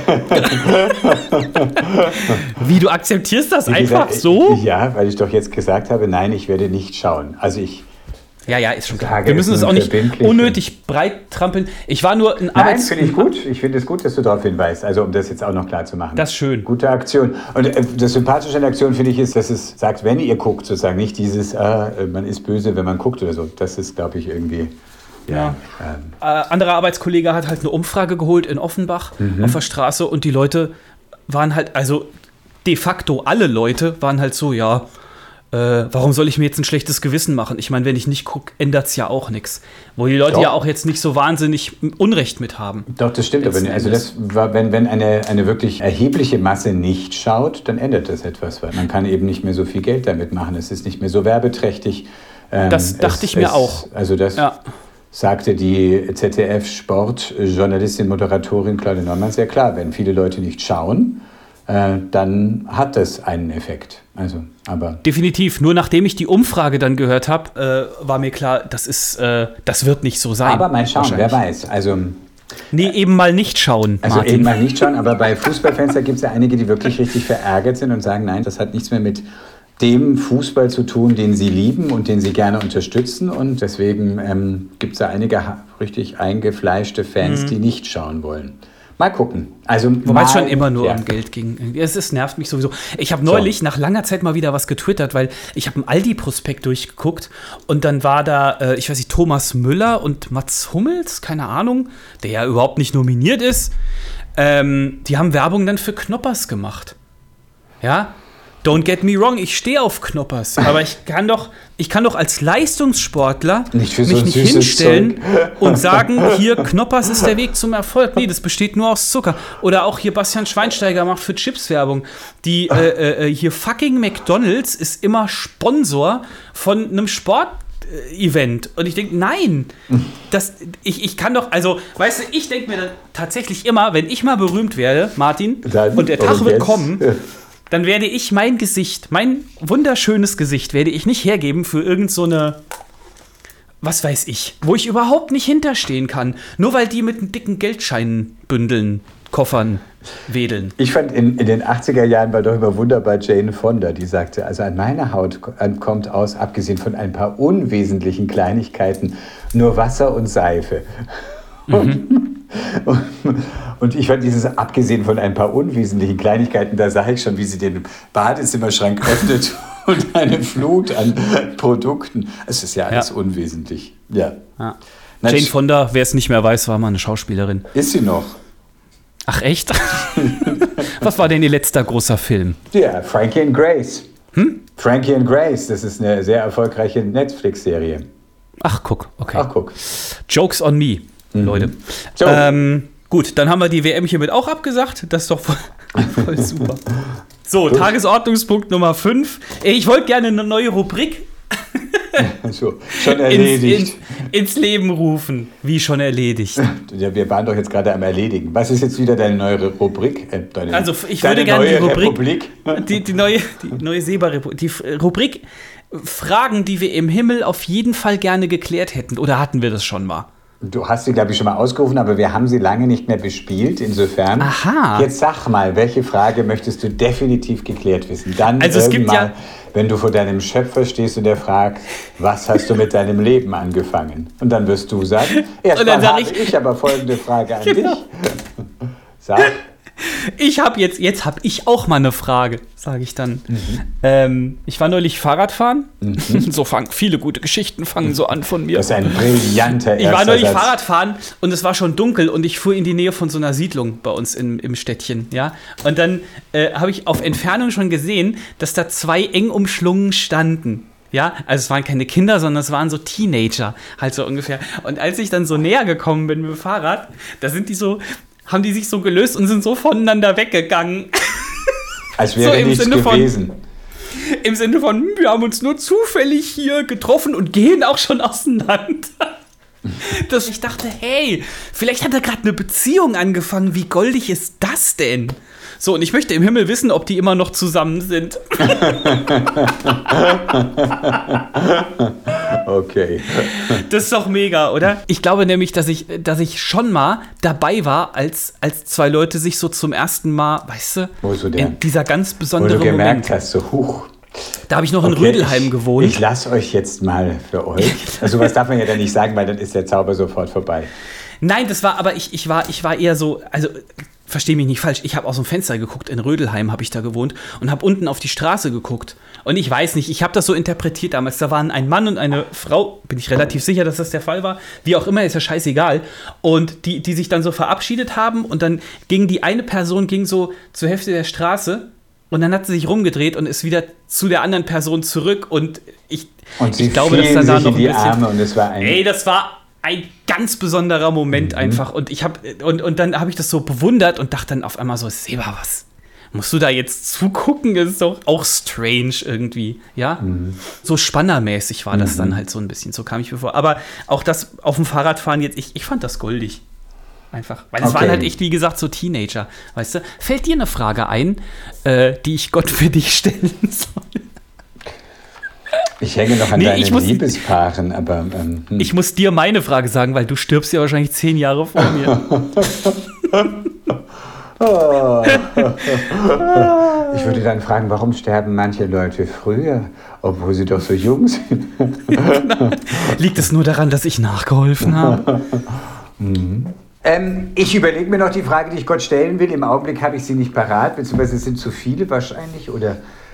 Wie, du akzeptierst das Wie einfach gesagt, so? Ja, weil ich doch jetzt gesagt habe, nein, ich werde nicht schauen. Also ich Ja, ja, ist schon klar. sage Wir müssen es auch nicht verbindlich. unnötig breit trampeln. Ich war nur ein Nein, Arbeits... finde ich gut. Ich finde es gut, dass du darauf hinweist. Also um das jetzt auch noch klar zu machen. Das ist schön. Gute Aktion. Und äh, das Sympathische an der Aktion, finde ich, ist, dass es sagt, wenn ihr guckt, sozusagen nicht dieses, ah, man ist böse, wenn man guckt oder so. Das ist, glaube ich, irgendwie... Ja. Ja. Ähm, Äh, anderer Arbeitskollege hat halt eine Umfrage geholt in Offenbach Mhm. auf der Straße und die Leute waren halt, also de facto alle Leute waren halt so, ja, äh, warum soll ich mir jetzt ein schlechtes Gewissen machen? Ich meine, wenn ich nicht gucke, ändert es ja auch nichts. Wo die Leute Doch. ja auch jetzt nicht so wahnsinnig Unrecht mit haben. Doch, das stimmt. Aber Letzten also Endes. das war, wenn, wenn eine, eine wirklich erhebliche Masse nicht schaut, dann ändert das etwas. Weil man kann eben nicht mehr so viel Geld damit machen. Es ist nicht mehr so werbeträchtig. Ähm, Das dachte es, ich mir es, auch. Also das Ja. sagte die Z D F-Sportjournalistin, Moderatorin Claudia Neumann sehr klar. Wenn viele Leute nicht schauen, äh, dann hat das einen Effekt. Also, aber Definitiv. Nur nachdem ich die Umfrage dann gehört habe, äh, war mir klar, das ist, äh, das wird nicht so sein. aber mal schauen, wer Wahrscheinlich. weiß. Also Nee, eben mal nicht schauen, Also Martin. eben mal nicht schauen, aber bei Fußballfans, da gibt es ja einige, die wirklich richtig verärgert sind und sagen, nein, das hat nichts mehr mit dem Fußball zu tun, den sie lieben und den sie gerne unterstützen. Und deswegen ähm, gibt es da einige ha- richtig eingefleischte Fans, die nicht schauen wollen. Mal gucken. Also Wobei mal, es schon immer nur ja. um Geld ging. Es, es nervt mich sowieso. Ich habe neulich So. nach langer Zeit mal wieder was getwittert, weil ich habe einen Aldi-Prospekt durchgeguckt und dann war da, äh, ich weiß nicht, Thomas Müller und Mats Hummels, keine Ahnung, der ja überhaupt nicht nominiert ist. Ähm, die haben Werbung dann für Knoppers gemacht. Ja? Don't get me wrong, ich stehe auf Knoppers, aber ich kann doch, ich kann doch als Leistungssportler Nicht für so mich ein nicht süßes hinstellen Zeug. und sagen, hier, Knoppers ist der Weg zum Erfolg. Nee, das besteht nur aus Zucker. Oder auch hier Bastian Schweinsteiger macht für Chips Werbung. Die, äh, äh, hier fucking McDonald's ist immer Sponsor von einem Sport Event. Und ich denke, nein, das, ich, ich kann doch, also, weißt du, ich denke mir dann tatsächlich immer, wenn ich mal berühmt werde, Martin, Dann- und der Tag und wird jetzt? kommen, dann werde ich mein Gesicht, mein wunderschönes Gesicht, werde ich nicht hergeben für irgend so eine, was weiß ich, wo ich überhaupt nicht hinterstehen kann. Nur weil die mit einem dicken Geldscheinbündeln, Koffern wedeln. Ich fand, in, in den achtziger Jahren war doch immer wunderbar Jane Fonda, die sagte, also an meiner Haut ko- an- kommt aus, abgesehen von ein paar unwesentlichen Kleinigkeiten, nur Wasser und Seife. Und, und ich fand dieses, abgesehen von ein paar unwesentlichen Kleinigkeiten, da sah ich schon, wie sie den Badezimmerschrank öffnet und eine Flut an Produkten. Es ist ja alles Ja. unwesentlich. Ja. Ja. Na, Jane sch- Fonda, wer es nicht mehr weiß, war mal eine Schauspielerin. Ist sie noch? Ach echt? Was war denn ihr letzter großer Film? Ja, Frankie and Grace. Hm? Frankie and Grace, das ist eine sehr erfolgreiche Netflix-Serie. Ach, guck, okay. Ach, guck. Jokes on me, Leute. So. Ähm, gut, dann haben wir die W M hiermit auch abgesagt. Das ist doch voll, voll super. So, Tagesordnungspunkt Nummer fünf. Ich wollte gerne eine neue Rubrik So, schon ins, erledigt. ins, ins Leben rufen. Wie schon erledigt. Ja, wir waren doch jetzt gerade am Erledigen. Was ist jetzt wieder deine neue Rubrik? Äh, deine, Also, ich deine würde gerne die neue Rubrik, Republik? die, die neue, die neue Seba-Rubrik, die F- Rubrik Fragen, die wir im Himmel auf jeden Fall gerne geklärt hätten. Oder hatten wir das schon mal? Du hast sie, glaube ich, schon mal ausgerufen, aber wir haben sie lange nicht mehr bespielt. Insofern, Aha. Jetzt sag mal, welche Frage möchtest du definitiv geklärt wissen? Dann Also es gibt irgendwann, ja- wenn du vor deinem Schöpfer stehst und der fragt, was hast du mit deinem Leben angefangen? Und dann wirst du sagen, erst Und dann mal sag habe ich- ich aber folgende Frage an Genau. dich. Sag. Ich habe jetzt, jetzt habe ich auch mal eine Frage, sage ich dann. Mhm. Ähm, ich war neulich Fahrradfahren. So fangen viele gute Geschichten fangen so an von mir. Das ist ein brillanter Ich war erster neulich Satz. Fahrradfahren und es war schon dunkel und ich fuhr in die Nähe von so einer Siedlung bei uns im, im Städtchen, ja. Und dann äh, habe ich auf Entfernung schon gesehen, dass da zwei eng umschlungen standen. Ja, also es waren keine Kinder, sondern es waren so Teenager, halt so ungefähr. Und als ich dann so näher gekommen bin mit dem Fahrrad, da sind die so, haben die sich so gelöst und sind so voneinander weggegangen. Als wäre so im nichts Sinne von- gewesen. Im Sinne von, wir haben uns nur zufällig hier getroffen und gehen auch schon auseinander. Dass ich dachte, hey, vielleicht hat er gerade eine Beziehung angefangen. Wie goldig ist das denn? So, und ich möchte im Himmel wissen, ob die immer noch zusammen sind. Okay. Das ist doch mega, oder? Ich glaube nämlich, dass ich, dass ich schon mal dabei war, als, als zwei Leute sich so zum ersten Mal, weißt du, Wo so der, in dieser ganz wo besondere du gemerkt Moment. hast, so huch. Da habe ich noch in Okay, Rödelheim ich, gewohnt. Ich lasse euch jetzt mal für euch. Also was darf man ja dann nicht sagen, weil dann ist der Zauber sofort vorbei. Nein, das war, aber ich, ich, war, ich war eher so, also versteh mich nicht falsch, ich habe aus dem Fenster geguckt, in Rödelheim habe ich da gewohnt und habe unten auf die Straße geguckt. Und ich weiß nicht, ich habe das so interpretiert damals, da waren ein Mann und eine Frau, bin ich relativ sicher, dass das der Fall war, wie auch immer, ist ja scheißegal. Und die, die sich dann so verabschiedet haben und dann ging die eine Person ging so zur Hälfte der Straße und dann hat sie sich rumgedreht und ist wieder zu der anderen Person zurück und ich, Und sie ich glaube, dass dann fielen da sich noch in ein die bisschen... Arme und es war ein... Ey, das war ein ganz besonderer Moment mhm. einfach. Und ich habe und, und dann habe ich das so bewundert und dachte dann auf einmal so, Seba, was? Musst du da jetzt zugucken? Das ist doch auch strange irgendwie, ja? Mhm. So spannermäßig war das mhm. dann halt so ein bisschen, so kam ich mir vor. Aber auch das auf dem Fahrradfahren jetzt, ich, ich fand das goldig. Einfach. Weil es okay. waren halt echt, wie gesagt, so Teenager, weißt du? Fällt dir eine Frage ein, äh, die ich Gott für dich stellen soll? Ich hänge noch an nee, deinen muss, Liebespaaren, aber... Ähm, hm. Ich muss dir meine Frage sagen, weil du stirbst ja wahrscheinlich zehn Jahre vor mir. Oh. Ich würde dann fragen, warum sterben manche Leute früher, obwohl sie doch so jung sind? Genau. Liegt es nur daran, dass ich nachgeholfen habe? Mhm. Ähm, ich überlege mir noch die Frage, die ich Gott stellen will. Im Augenblick habe ich sie nicht parat, beziehungsweise es sind zu viele wahrscheinlich, oder...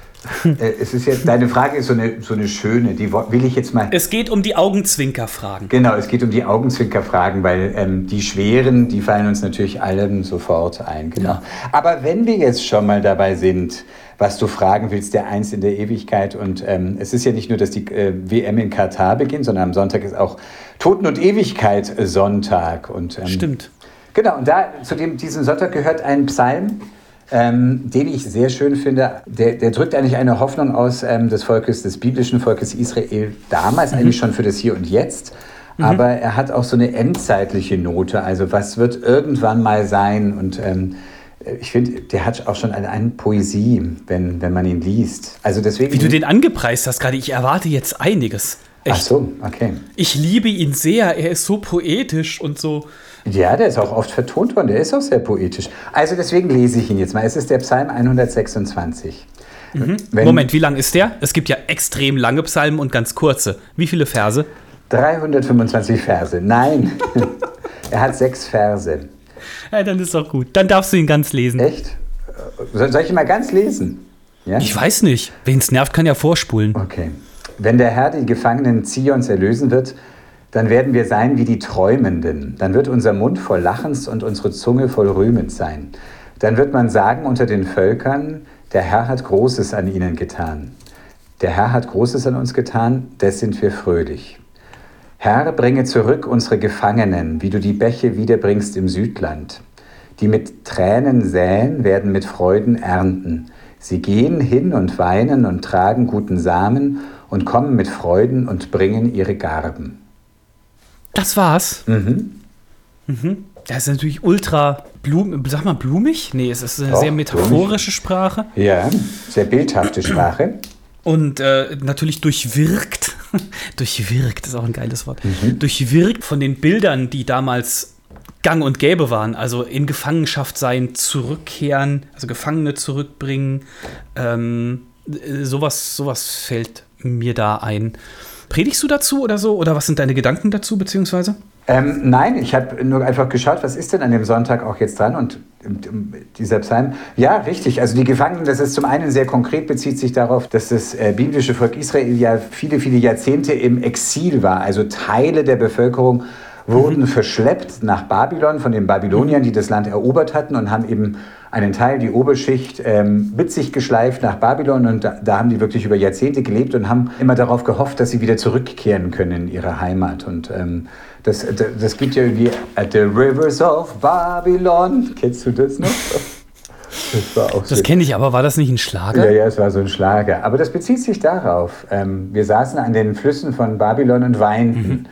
Es ist jetzt, deine Frage ist so eine, so eine schöne, die will ich jetzt mal... Es geht um die Augenzwinkerfragen. Genau, es geht um die Augenzwinkerfragen, weil ähm, die schweren, die fallen uns natürlich allen sofort ein. Genau. Ja. Aber wenn wir jetzt schon mal dabei sind, was du fragen willst, der Eins in der Ewigkeit, und ähm, es ist ja nicht nur, dass die äh, W M in Katar beginnt, sondern am Sonntag ist auch Toten- und Ewigkeit Sonntag. Und, ähm, Stimmt. Genau, und da zu dem, diesem Sonntag gehört ein Psalm, Ähm, den ich sehr schön finde. Der, der drückt eigentlich eine Hoffnung aus ähm, des Volkes, des biblischen Volkes Israel damals, mhm. eigentlich schon für das Hier und Jetzt. Mhm. Aber er hat auch so eine endzeitliche Note. Also was wird irgendwann mal sein? Und ähm, ich finde, der hat auch schon eine, eine Poesie, wenn, wenn man ihn liest. Also deswegen. Wie du den angepreist hast gerade, ich erwarte jetzt einiges. Echt. Ach so, okay. Ich liebe ihn sehr, er ist so poetisch und so. Ja, der ist auch oft vertont worden, der ist auch sehr poetisch. Also deswegen lese ich ihn jetzt mal. Es ist der Psalm hundertsechsundzwanzig. Mhm. Moment, wie lang ist der? Es gibt ja extrem lange Psalmen und ganz kurze. Wie viele Verse? dreihundertfünfundzwanzig Verse. Nein, er hat sechs Verse. Ja, dann ist doch gut. Dann darfst du ihn ganz lesen. Echt? Soll ich ihn mal ganz lesen? Ja? Ich weiß nicht. Wen es nervt, kann ja vorspulen. Okay. Wenn der Herr die Gefangenen Zions erlösen wird, dann werden wir sein wie die Träumenden. Dann wird unser Mund voll Lachens und unsere Zunge voll Rühmens sein. Dann wird man sagen unter den Völkern, der Herr hat Großes an ihnen getan. Der Herr hat Großes an uns getan, des sind wir fröhlich. Herr, bringe zurück unsere Gefangenen, wie du die Bäche wiederbringst im Südland. Die mit Tränen säen, werden mit Freuden ernten. Sie gehen hin und weinen und tragen guten Samen und kommen mit Freuden und bringen ihre Garben. Das war's. Mhm. Mhm. Das ist natürlich ultra blum, sag mal blumig? Nee, es ist eine Doch, sehr metaphorische blumig. Sprache. Ja, sehr bildhafte Sprache. Und äh, natürlich durchwirkt, durchwirkt ist auch ein geiles Wort, mhm. durchwirkt von den Bildern, die damals gang und gäbe waren. Also in Gefangenschaft sein, zurückkehren, also Gefangene zurückbringen. Ähm, sowas, sowas fällt mir da ein. Predigst du dazu oder so? Oder was sind deine Gedanken dazu, beziehungsweise? Ähm, nein, ich habe nur einfach geschaut, was ist denn an dem Sonntag auch jetzt dran? Und dieser Psalm, ja, richtig. Also die Gefangenen, das ist zum einen sehr konkret, bezieht sich darauf, dass das äh, biblische Volk Israel ja viele, viele Jahrzehnte im Exil war. Also Teile der Bevölkerung wurden mhm. verschleppt nach Babylon von den Babyloniern, die das Land erobert hatten, und haben eben einen Teil, die Oberschicht, ähm, mit sich geschleift nach Babylon. Und da, da haben die wirklich über Jahrzehnte gelebt und haben immer darauf gehofft, dass sie wieder zurückkehren können in ihre Heimat. Und ähm, das, das, das gibt ja irgendwie At the Rivers of Babylon. Kennst du das noch? Das war auch Das so. kenne ich, aber war das nicht ein Schlager? Ja, ja, es war so ein Schlager. Aber das bezieht sich darauf. Ähm, wir saßen an den Flüssen von Babylon und weinten. Mhm.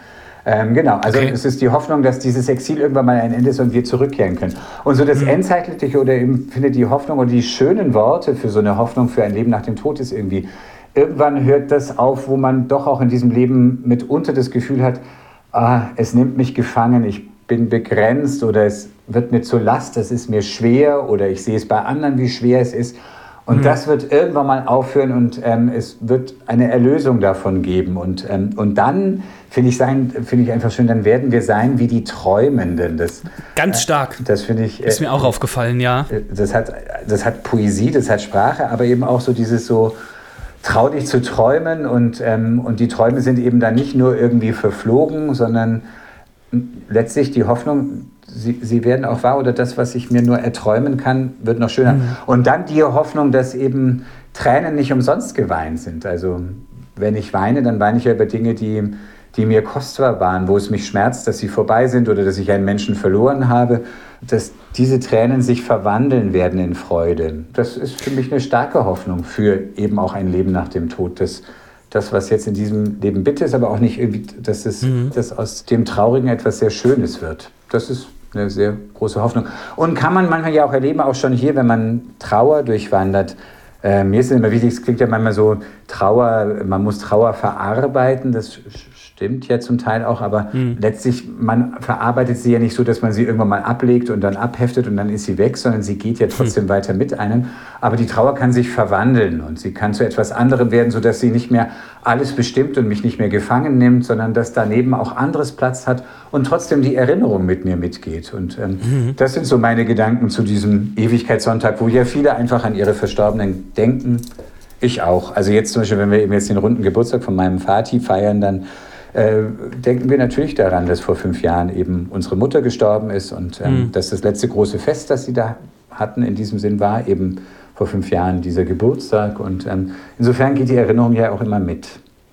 Ähm, genau, also Okay. es ist die Hoffnung, dass dieses Exil irgendwann mal ein Ende ist und wir zurückkehren können. Und so das Mhm. Endzeitliche oder eben finde die Hoffnung oder die schönen Worte für so eine Hoffnung für ein Leben nach dem Tod ist irgendwie, irgendwann hört das auf, wo man doch auch in diesem Leben mitunter das Gefühl hat, ah, es nimmt mich gefangen, ich bin begrenzt oder es wird mir zur Last, es ist mir schwer oder ich sehe es bei anderen, wie schwer es ist. Und Mhm. das wird irgendwann mal aufhören und ähm, es wird eine Erlösung davon geben. Und, ähm, und dann, finde ich, sein, finde ich einfach schön, dann werden wir sein wie die Träumenden. Das, Ganz stark. das finde ich... Äh, Ist mir auch aufgefallen, ja. das hat, das hat Poesie, das hat Sprache, aber eben auch so dieses so, trau dich zu träumen und, ähm, und die Träume sind eben dann nicht nur irgendwie verflogen, sondern letztlich die Hoffnung, sie, sie werden auch wahr oder das, was ich mir nur erträumen kann, wird noch schöner. Mhm. Und dann die Hoffnung, dass eben Tränen nicht umsonst geweint sind. Also wenn ich weine, dann weine ich ja über Dinge, die, die mir kostbar waren, wo es mich schmerzt, dass sie vorbei sind oder dass ich einen Menschen verloren habe, dass diese Tränen sich verwandeln werden in Freude. Das ist für mich eine starke Hoffnung für eben auch ein Leben nach dem Tod. Das, das was jetzt in diesem Leben bitte ist, aber auch nicht irgendwie, dass, es, mhm. dass aus dem Traurigen etwas sehr Schönes wird. Das ist eine sehr große Hoffnung. Und kann man manchmal ja auch erleben, auch schon hier, wenn man Trauer durchwandert. Äh, mir ist es immer wichtig, es klingt ja manchmal so, Trauer, man muss Trauer verarbeiten, das stimmt ja zum Teil auch, aber mhm. letztlich, man verarbeitet sie ja nicht so, dass man sie irgendwann mal ablegt und dann abheftet und dann ist sie weg, sondern sie geht ja trotzdem mhm. weiter mit einem. Aber die Trauer kann sich verwandeln und sie kann zu etwas anderem werden, sodass sie nicht mehr alles bestimmt und mich nicht mehr gefangen nimmt, sondern dass daneben auch anderes Platz hat und trotzdem die Erinnerung mit mir mitgeht. Und ähm, mhm. das sind so meine Gedanken zu diesem Ewigkeitssonntag, wo ja viele einfach an ihre Verstorbenen denken. Ich auch. Also jetzt zum Beispiel, wenn wir eben jetzt den runden Geburtstag von meinem Vati feiern, dann äh, denken wir natürlich daran, dass vor fünf Jahren eben unsere Mutter gestorben ist und ähm, mhm. dass das letzte große Fest, das sie da hatten, in diesem Sinn war eben vor fünf Jahren dieser Geburtstag. Und ähm, insofern geht die Erinnerung ja auch immer mit.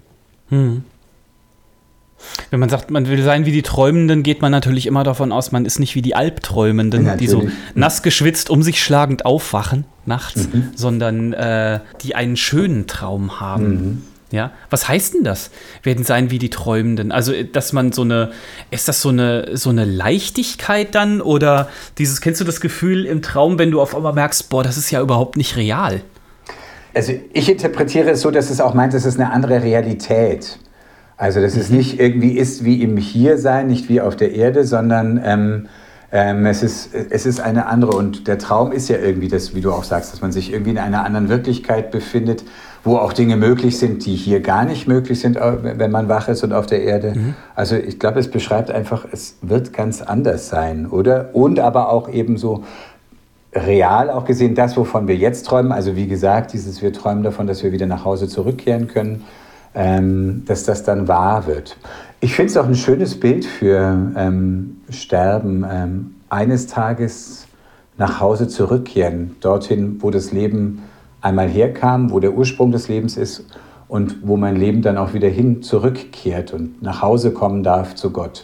Mhm. Wenn man sagt, man will sein wie die Träumenden, geht man natürlich immer davon aus, man ist nicht wie die Albträumenden, natürlich. Die so nass geschwitzt um sich schlagend aufwachen nachts, mhm. sondern äh, die einen schönen Traum haben. Mhm. Ja, was heißt denn das? Werden sein wie die Träumenden? Also, dass man so eine, ist das so eine, so eine Leichtigkeit dann? Oder dieses, kennst du das Gefühl im Traum, wenn du auf einmal merkst, boah, das ist ja überhaupt nicht real? Also, ich interpretiere es so, dass es auch meint, es ist eine andere Realität. Also, dass mhm. es nicht irgendwie ist wie im Hiersein, nicht wie auf der Erde, sondern ähm, ähm, es ist, es ist eine andere. Und der Traum ist ja irgendwie das, wie du auch sagst, dass man sich irgendwie in einer anderen Wirklichkeit befindet, wo auch Dinge möglich sind, die hier gar nicht möglich sind, wenn man wach ist und auf der Erde. Mhm. Also ich glaube, es beschreibt einfach, es wird ganz anders sein, oder? Und aber auch eben so real auch gesehen, das, wovon wir jetzt träumen, also wie gesagt, dieses, wir träumen davon, dass wir wieder nach Hause zurückkehren können, ähm, dass das dann wahr wird. Ich finde es auch ein schönes Bild für ähm, Sterben, ähm, eines Tages nach Hause zurückkehren, dorthin, wo das Leben einmal herkam, wo der Ursprung des Lebens ist und wo mein Leben dann auch wieder hin zurückkehrt und nach Hause kommen darf zu Gott.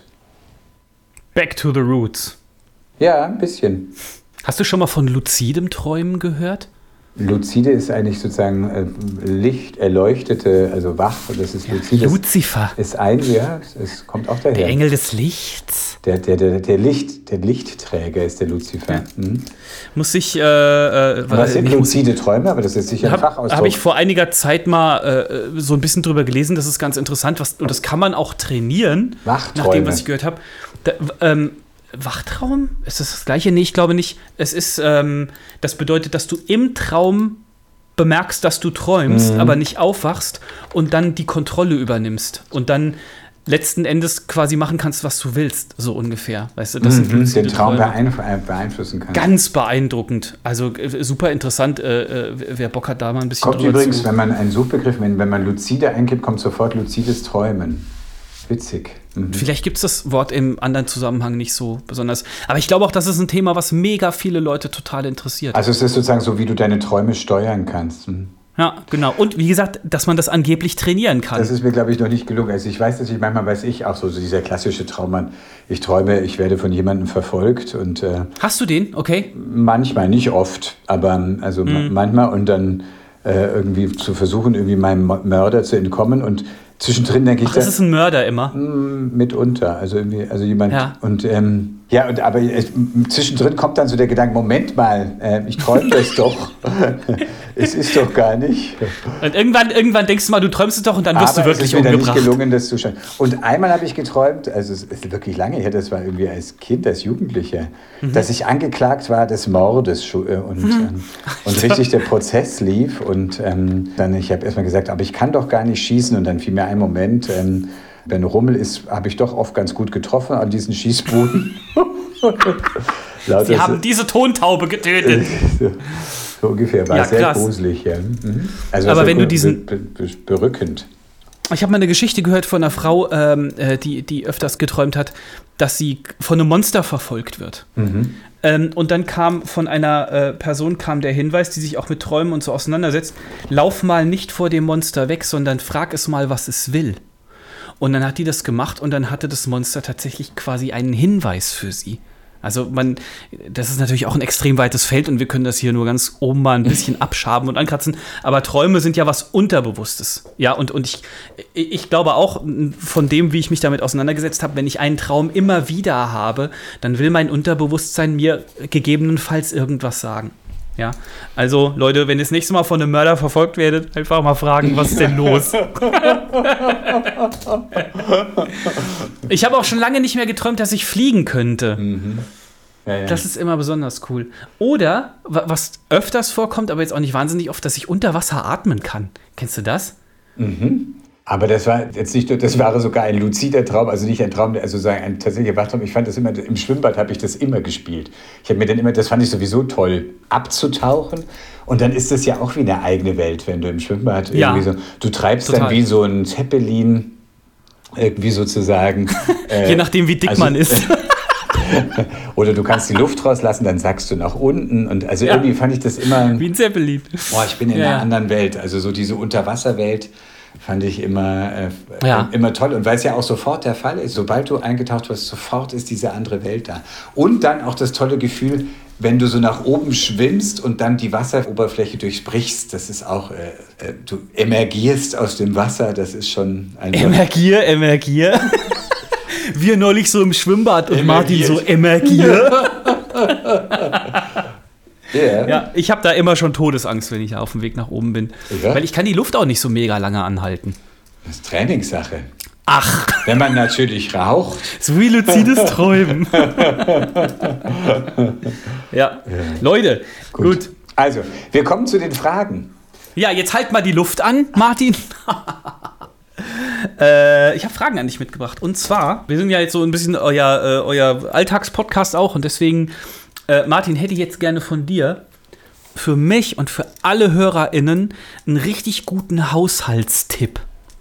Back to the roots. Ja, ein bisschen. Hast du schon mal von luzidem Träumen gehört? Luzide ist eigentlich sozusagen äh, Licht, erleuchtete, also wach. Das ist ja, Luzides, Luzifer. Ist ein, ja, es kommt auch daher. Der Engel des Lichts. Der, der, der, der, Licht, der Lichtträger ist der Luzifer. Ja. Mhm. Muss ich... Äh, äh, Was sind luzide Träume? Aber das ist sicher ein Fachausdruck. Habe ich vor einiger Zeit mal äh, so ein bisschen drüber gelesen. Das ist ganz interessant. Was, und das kann man auch trainieren. Wachträume. Nach dem, was ich gehört habe. Da, ähm, Wachtraum? Ist das das Gleiche? Nee, ich glaube nicht. Es ist, ähm, das bedeutet, dass du im Traum bemerkst, dass du träumst, mhm. aber nicht aufwachst und dann die Kontrolle übernimmst und dann letzten Endes quasi machen kannst, was du willst, so ungefähr. Weißt du, das mhm. sind luzide den Traum Träume. beeinflussen kann. Ganz beeindruckend. Also äh, super interessant. Äh, wer Bock hat, da mal ein bisschen kommt drüber übrigens, zu. wenn man einen Suchbegriff, wenn, wenn man lucide eingibt, kommt sofort luzides Träumen. Witzig. Mhm. Vielleicht gibt es das Wort im anderen Zusammenhang nicht so besonders. Aber ich glaube auch, das ist ein Thema, was mega viele Leute total interessiert. Also es ist sozusagen so, wie du deine Träume steuern kannst. Mhm. Ja, genau. Und wie gesagt, dass man das angeblich trainieren kann. Das ist mir, glaube ich, noch nicht gelungen. Also ich weiß, dass ich manchmal weiß ich auch so, so dieser klassische Traum, ich träume, ich werde von jemandem verfolgt. Und, äh, hast du den? Okay. Manchmal, nicht oft, aber also mhm. manchmal und dann äh, irgendwie zu versuchen, irgendwie meinem Mörder zu entkommen. Und zwischendrin denke ich, Ach, das ist ein Mörder immer. Mh, mitunter, also irgendwie, also jemand Ja. und ähm, ja, und aber äh, zwischendrin kommt dann so der Gedanke, Moment mal, äh, ich träume das doch. Es ist doch gar nicht. Und irgendwann, irgendwann denkst du mal, du träumst es doch und dann wirst aber du wirklich es ist mir umgebracht. Dann nicht gelungen, das zu schauen. Und einmal habe ich geträumt, also es ist wirklich lange her, das war irgendwie als Kind, als Jugendlicher, mhm. dass ich angeklagt war des Mordes und, mhm. ähm, und richtig der Prozess lief und ähm, dann, ich habe erstmal gesagt, aber ich kann doch gar nicht schießen und dann fiel mir ein Moment, ähm, wenn Rummel ist, habe ich doch oft ganz gut getroffen an diesen Schießbuden. Sie haben diese Tontaube getötet. So ungefähr, war ja, sehr krass. gruselig. Ja. Mhm. Also aber wenn du diesen... Be- be- berückend. Ich habe mal eine Geschichte gehört von einer Frau, ähm, die, die öfters geträumt hat, dass sie von einem Monster verfolgt wird. Mhm. Ähm, und dann kam von einer äh, Person kam der Hinweis, die sich auch mit Träumen und so auseinandersetzt, lauf mal nicht vor dem Monster weg, sondern frag es mal, was es will. Und dann hat die das gemacht und dann hatte das Monster tatsächlich quasi einen Hinweis für sie. Also man, das ist natürlich auch ein extrem weites Feld und wir können das hier nur ganz oben mal ein bisschen abschaben und ankratzen. Aber Träume sind ja was Unterbewusstes. Ja, und, und ich, ich glaube auch, von dem, wie ich mich damit auseinandergesetzt habe, wenn ich einen Traum immer wieder habe, dann will mein Unterbewusstsein mir gegebenenfalls irgendwas sagen. Ja, also Leute, wenn ihr das nächste Mal von einem Mörder verfolgt werdet, einfach mal fragen, was ist denn los? Ich habe auch schon lange nicht mehr geträumt, dass ich fliegen könnte. Mhm. Ja, ja. Das ist immer besonders cool. Oder, was öfters vorkommt, aber jetzt auch nicht wahnsinnig oft, dass ich unter Wasser atmen kann. Kennst du das? Mhm. Aber das war jetzt nicht, das war sogar ein luzider Traum, also nicht ein Traum, also sagen ein tatsächlicher Wachtraum. Ich fand das immer, im Schwimmbad habe ich das immer gespielt. Ich habe mir dann immer, das fand ich sowieso toll, abzutauchen. Und dann ist das ja auch wie eine eigene Welt, wenn du im Schwimmbad ja, irgendwie so, du treibst total. dann wie so ein Zeppelin, irgendwie sozusagen. äh, Je nachdem, wie dick also, man ist. Oder du kannst die Luft rauslassen, dann sackst du nach unten. Und also ja. irgendwie fand ich das immer. Wie ein Zeppelin. Boah, ich bin in ja. einer anderen Welt. Also so diese Unterwasserwelt. Fand ich immer, äh, ja. immer toll. Und weil es ja auch sofort der Fall ist, sobald du eingetaucht wirst, sofort ist diese andere Welt da. Und dann auch das tolle Gefühl, wenn du so nach oben schwimmst und dann die Wasseroberfläche durchbrichst, das ist auch, äh, äh, du emergierst aus dem Wasser, das ist schon ein... Emergier, emergier. Wir neulich so im Schwimmbad und Emergiert. Martin so emergier. Yeah. Ja, ich habe da immer schon Todesangst, wenn ich auf dem Weg nach oben bin. Ja? Weil ich kann die Luft auch nicht so mega lange anhalten. Das ist Trainingssache. Ach. Wenn man natürlich raucht. So wie luzides Träumen. ja. ja, Leute, gut. gut. Also, wir kommen zu den Fragen. Ja, jetzt halt mal die Luft an, Martin. äh, ich habe Fragen an dich mitgebracht. Und zwar, wir sind ja jetzt so ein bisschen euer, äh, euer Alltagspodcast auch und deswegen... Äh, Martin, hätte ich jetzt gerne von dir für mich und für alle HörerInnen einen richtig guten Haushaltstipp.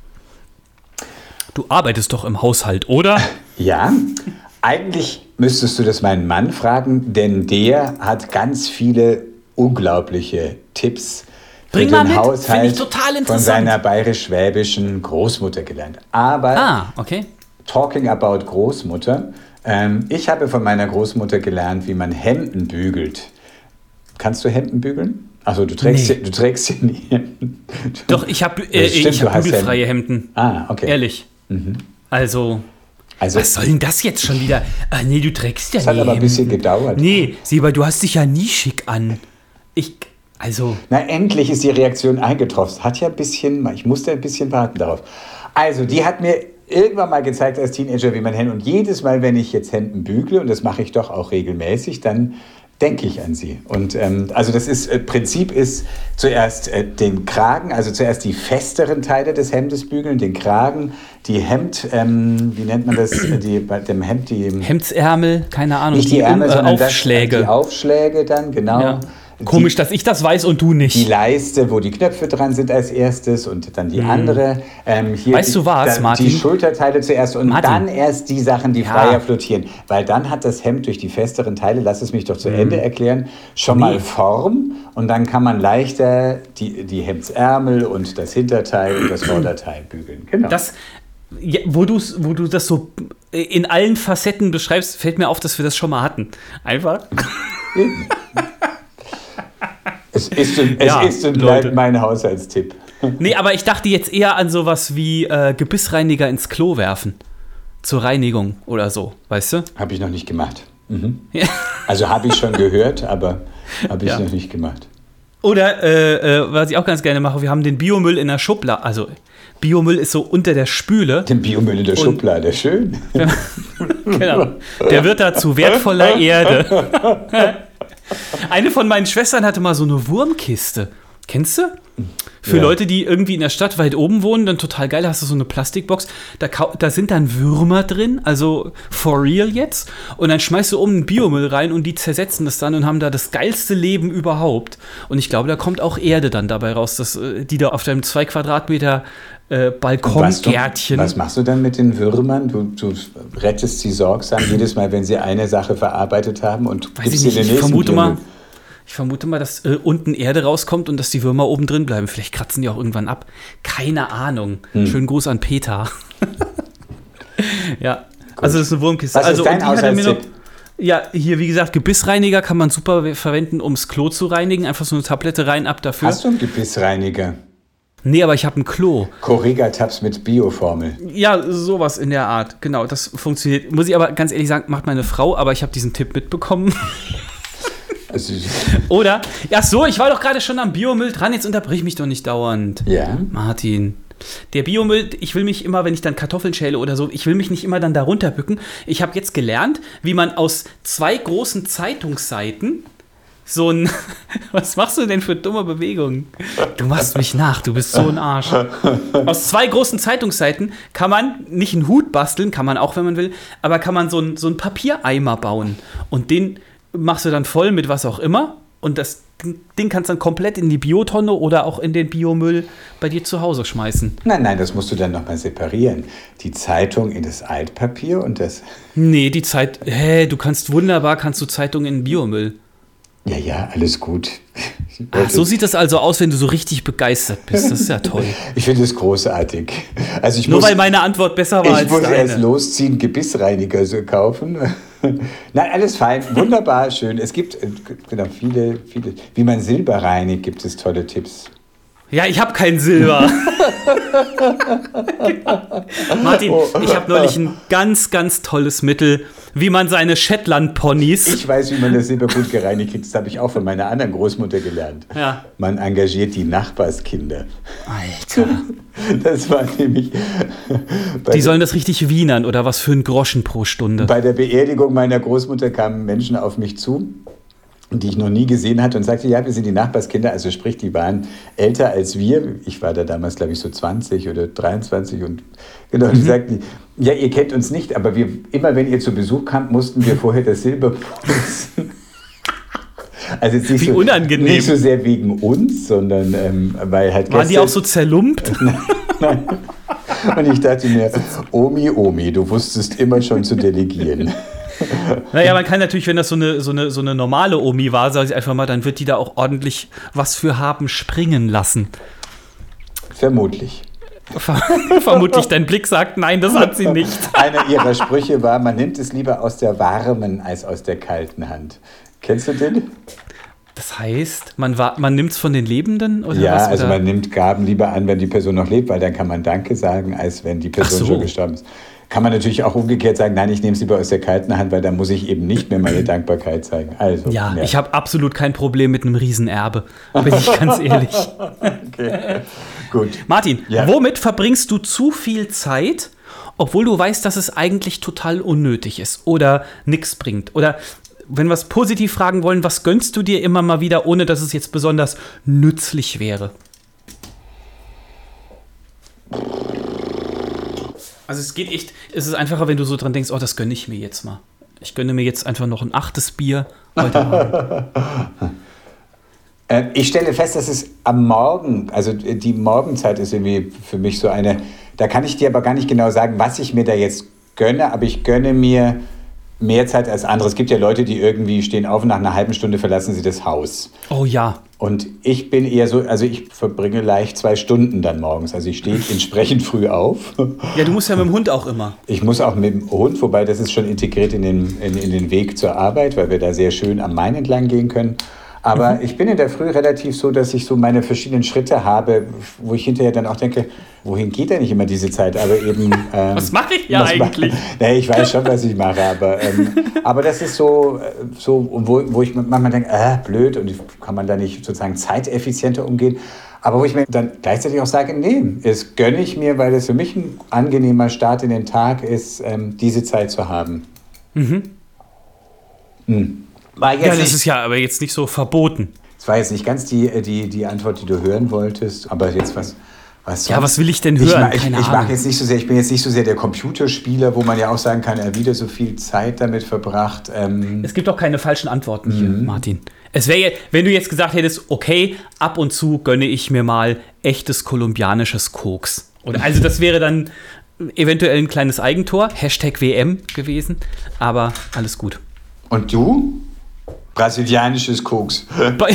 Du arbeitest doch im Haushalt, oder? Ja, eigentlich müsstest du das meinen Mann fragen, denn der hat ganz viele unglaubliche Tipps für Bring den mal mit. Haushalt Finde ich total interessant. von seiner bayerisch-schwäbischen Großmutter gelernt. Aber ah, okay. talking about Großmutter... Ich habe von meiner Großmutter gelernt, wie man Hemden bügelt. Kannst du Hemden bügeln? Also du trägst, nee. du trägst ja nie Hemden. Doch, ich habe äh, hab bügelfreie Hemden. Hemden. Ah, okay. Ehrlich. Mhm. Also, also, was soll denn das jetzt schon wieder? Ah, nee, du trägst ja nie. Das hat aber ein bisschen Hemden. gedauert. Nee, Seba, du hast dich ja nie schick an. Ich, also... Na, endlich ist die Reaktion eingetroffen. Hat ja ein bisschen, ich musste ein bisschen warten darauf. Also, die hat mir... irgendwann mal gezeigt als Teenager, wie man Hemden... Und jedes Mal, wenn ich jetzt Hemden bügle, und das mache ich doch auch regelmäßig, dann denke ich an sie. Und ähm, also das ist, äh, Prinzip ist zuerst äh, den Kragen, also zuerst die festeren Teile des Hemdes bügeln, den Kragen, die Hemd, ähm, wie nennt man das, die, bei dem Hemd, die... Hemdsärmel, keine Ahnung. Nicht die, die Ärmel, um, äh, sondern Aufschläge. Das, die Aufschläge dann, genau. Ja. Komisch, die, dass ich das weiß und du nicht. Die Leiste, wo die Knöpfe dran sind als erstes und dann die mhm. andere. Ähm, hier weißt die, du was, Martin? Die Schulterteile zuerst und Martin. dann erst die Sachen, die ja. freier flottieren. Weil dann hat das Hemd durch die festeren Teile, lass es mich doch zu mhm. Ende erklären, schon nee. mal Form und dann kann man leichter die, die Hemdsärmel und das Hinterteil und das Vorderteil bügeln. Genau. Das, ja, wo, wo du das so in allen Facetten beschreibst, fällt mir auf, dass wir das schon mal hatten. Einfach. Es ist und, es ja, ist und bleibt mein Haushaltstipp. Nee, aber ich dachte jetzt eher an sowas wie äh, Gebissreiniger ins Klo werfen. Zur Reinigung oder so, weißt du? Habe ich noch nicht gemacht. Mhm. Ja. Also habe ich schon gehört, aber habe ich Ja. noch nicht gemacht. Oder, äh, äh, was ich auch ganz gerne mache, wir haben den Biomüll in der Schublade. Also, Biomüll ist so unter der Spüle. Den Biomüll in der Und- Schublade, schön. Genau. Der wird da zu wertvoller Erde. Eine von meinen Schwestern hatte mal so eine Wurmkiste. Kennst du? Für Ja. Leute, die irgendwie in der Stadt weit oben wohnen, dann total geil, da hast du so eine Plastikbox, da, kau- da sind dann Würmer drin, also for real jetzt, und dann schmeißt du oben einen Biomüll rein und die zersetzen das dann und haben da das geilste Leben überhaupt. Und ich glaube, da kommt auch Erde dann dabei raus, dass, äh, die da auf deinem zwei Quadratmeter äh, Was, du, Balkongärtchen. was machst du dann mit den Würmern? Du, du rettest sie sorgsam jedes Mal, wenn sie eine Sache verarbeitet haben und Weiß gibst ich sie nicht, den ich nächsten vermute mal, Biomüll. ich vermute mal, dass äh, unten Erde rauskommt und dass die Würmer oben drin bleiben. Vielleicht kratzen die auch irgendwann ab. Keine Ahnung. Hm. Schönen Gruß an Peter. Ja, also das ist eine Wurmkiste. Was also, ist dein und die hat er mir noch, Haushaltstipp? ja, hier, wie gesagt, Gebissreiniger kann man super verwenden, ums Klo zu reinigen. Einfach so eine Tablette rein, ab dafür. Hast du einen Gebissreiniger? Nee, aber ich habe ein Klo. Correga-Tabs mit Bioformel. Ja, sowas in der Art. Genau, das funktioniert. Muss ich aber ganz ehrlich sagen, macht meine Frau, aber ich habe diesen Tipp mitbekommen. Also, Oder? Ach so, ich war doch gerade schon am Biomüll dran, jetzt unterbrich mich doch nicht dauernd. ja. Martin. Der Biomüll, ich will mich immer, wenn ich dann Kartoffeln schäle oder so, ich will mich nicht immer dann darunter bücken. Ich habe jetzt gelernt, wie man aus zwei großen Zeitungsseiten so ein... Was machst du denn für dumme Bewegungen? Du machst mich nach, du bist so ein Arsch. Aus zwei großen Zeitungsseiten kann man nicht einen Hut basteln, kann man auch, wenn man will, aber kann man so einen so einen Papiereimer bauen. Und den machst du dann voll mit was auch immer und das Ding kannst dann komplett in die Biotonne oder auch in den Biomüll bei dir zu Hause schmeißen. Nein, nein, das musst du dann nochmal separieren. Die Zeitung in das Altpapier und das... Nee, die Zeit, hä, du kannst wunderbar, kannst du Zeitungen in den Biomüll. Ja, ja, alles gut. Ach, so sieht das also aus, wenn du so richtig begeistert bist. Das ist ja toll. Ich finde es großartig. Also ich Nur muss, weil meine Antwort besser war ich als muss erst deine. losziehen, Gebissreiniger so kaufen. Nein, alles fein, wunderbar, schön. Es gibt äh, genau, viele, viele, wie man Silber reinigt, gibt es tolle Tipps. Ja, ich habe kein Silber. Martin, ich habe neulich ein ganz, ganz tolles Mittel, wie man seine Shetland-Ponys... Ich weiß, wie man das Silber gut gereinigt kriegt. Das habe ich auch von meiner anderen Großmutter gelernt. Ja. Man engagiert die Nachbarskinder. Alter. Das war nämlich bei, Die sollen das richtig wienern oder was für ein Groschen pro Stunde. bei der Beerdigung meiner Großmutter kamen Menschen auf mich zu, die ich noch nie gesehen hatte und sagte, ja, wir sind die Nachbarskinder, also sprich, die waren älter als wir. Ich war da damals, glaube ich, so zwanzig oder dreiundzwanzig und genau, die sagten, ja, ihr kennt uns nicht, aber wir, immer wenn ihr zu Besuch kamt, mussten wir vorher das Silber putzen. Also jetzt nicht, Wie so, unangenehm. nicht so sehr wegen uns, sondern ähm, weil halt Waren die Gäste- auch so zerlumpt? Und ich dachte mir, Omi, Omi, du wusstest immer schon zu delegieren. Naja, man kann natürlich, wenn das so eine, so eine, so eine normale Omi war, sag ich einfach mal, dann wird die da auch ordentlich was für haben springen lassen. Vermutlich. Ver Vermutlich, dein Blick sagt, nein, das hat sie nicht. Einer ihrer Sprüche war, man nimmt es lieber aus der warmen als aus der kalten Hand. Kennst du den? Das heißt, man, war, man nimmt es von den Lebenden? Oder Ja, was, also oder? man nimmt Gaben lieber an, wenn die Person noch lebt, weil dann kann man Danke sagen, als wenn die Person Ach so. schon gestorben ist. Kann man natürlich auch umgekehrt sagen, nein, ich nehme es lieber aus der kalten Hand, weil dann muss ich eben nicht mehr meine Dankbarkeit zeigen. Also, Ja, ich habe absolut kein Problem mit einem Riesenerbe, bin ich ganz ehrlich. Okay. Gut. Martin, Ja. womit verbringst du zu viel Zeit, obwohl du weißt, dass es eigentlich total unnötig ist oder nichts bringt? Oder wenn wir es positiv fragen wollen, was gönnst du dir immer mal wieder, ohne dass es jetzt besonders nützlich wäre? Also es geht echt, es ist einfacher, wenn du so dran denkst, oh, das gönne ich mir jetzt mal. Ich gönne mir jetzt einfach noch ein achtes Bier heute Abend. Äh, Ich stelle fest, dass es am Morgen, also die Morgenzeit ist irgendwie für mich so eine, da kann ich dir aber gar nicht genau sagen, was ich mir da jetzt gönne, aber ich gönne mir mehr Zeit als andere. Es gibt ja Leute, die irgendwie stehen auf und nach einer halben Stunde verlassen sie das Haus. Oh ja. Und ich bin eher so, also ich verbringe leicht zwei Stunden dann morgens. Also ich stehe entsprechend früh auf. Ja, du musst ja mit dem Hund auch immer. Ich muss auch mit dem Hund, wobei das ist schon integriert in den, in, in den Weg zur Arbeit, weil wir da sehr schön am Main entlang gehen können. Aber Mhm. ich bin in der Früh relativ so, dass ich so meine verschiedenen Schritte habe, wo ich hinterher dann auch denke, wohin geht denn nicht immer diese Zeit? Aber eben. Ähm, Was mache ich ja was eigentlich? Ma- nee, ich weiß schon, was ich mache, aber, ähm, aber das ist so, so wo, wo ich manchmal denke, äh, blöd, und kann man da nicht sozusagen zeiteffizienter umgehen? Aber wo ich mir dann gleichzeitig auch sage, nee, es gönne ich mir, weil es für mich ein angenehmer Start in den Tag ist, ähm, diese Zeit zu haben. Mhm. Hm. War jetzt Ja, das nicht, ist ja aber jetzt nicht so verboten. das war jetzt nicht ganz die, die, die Antwort, die du hören wolltest, aber jetzt was. Was Ja, sonst? was will ich denn Ich, hören? ma- ich, Keine ich Ahnung. mag jetzt nicht so sehr, ich bin jetzt nicht so sehr der Computerspieler, wo man ja auch sagen kann, er hat wieder so viel Zeit damit verbracht. Ähm, Es gibt auch keine falschen Antworten hier, Mhm. Martin. Es wäre, wenn du jetzt gesagt hättest, okay, ab und zu gönne ich mir mal echtes kolumbianisches Koks. Oder, also das wäre dann eventuell ein kleines Eigentor, Hashtag W M gewesen, aber alles gut. Und du? Brasilianisches Koks. Bei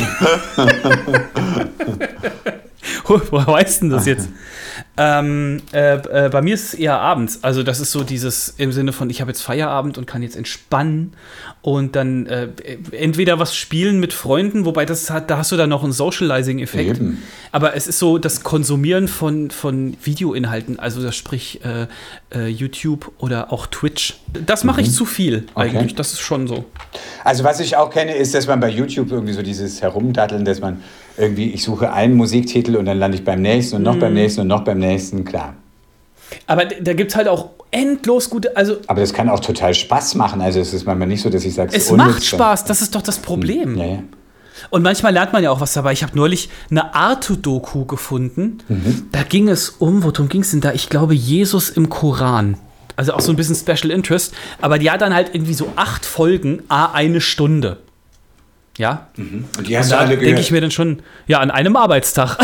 Woher weißt du denn das jetzt? ähm, äh, äh, bei mir ist es eher abends. Also das ist so dieses im Sinne von, ich habe jetzt Feierabend und kann jetzt entspannen und dann äh, entweder was spielen mit Freunden, wobei das hat, da hast du dann noch einen Socializing-Effekt. Eben. Aber es ist so das Konsumieren von, von Videoinhalten, also das sprich äh, äh, YouTube oder auch Twitch. Das mache ich zu viel eigentlich, Okay. das ist schon so. Also was ich auch kenne, ist, dass man bei YouTube irgendwie so dieses Herumdatteln, dass man irgendwie, ich suche einen Musiktitel und dann lande ich beim nächsten und noch beim nächsten und noch beim nächsten, klar. Aber d- da gibt es halt auch endlos gute, also Aber das kann auch total Spaß machen. Also es ist manchmal nicht so, dass ich sage, es unnütz, macht Spaß, das ist doch das Problem. Ja, ja. Und manchmal lernt man ja auch was dabei. Ich habe neulich eine Arte-Doku gefunden. Mhm. Da ging es um, worum ging es denn da? Ich glaube, Jesus im Koran. Also auch so ein bisschen Special Interest. Aber die hat dann halt irgendwie so acht Folgen, a eine Stunde. Ja? Und die Und hast du da alle denke gehört. ich mir dann schon, ja, an einem Arbeitstag.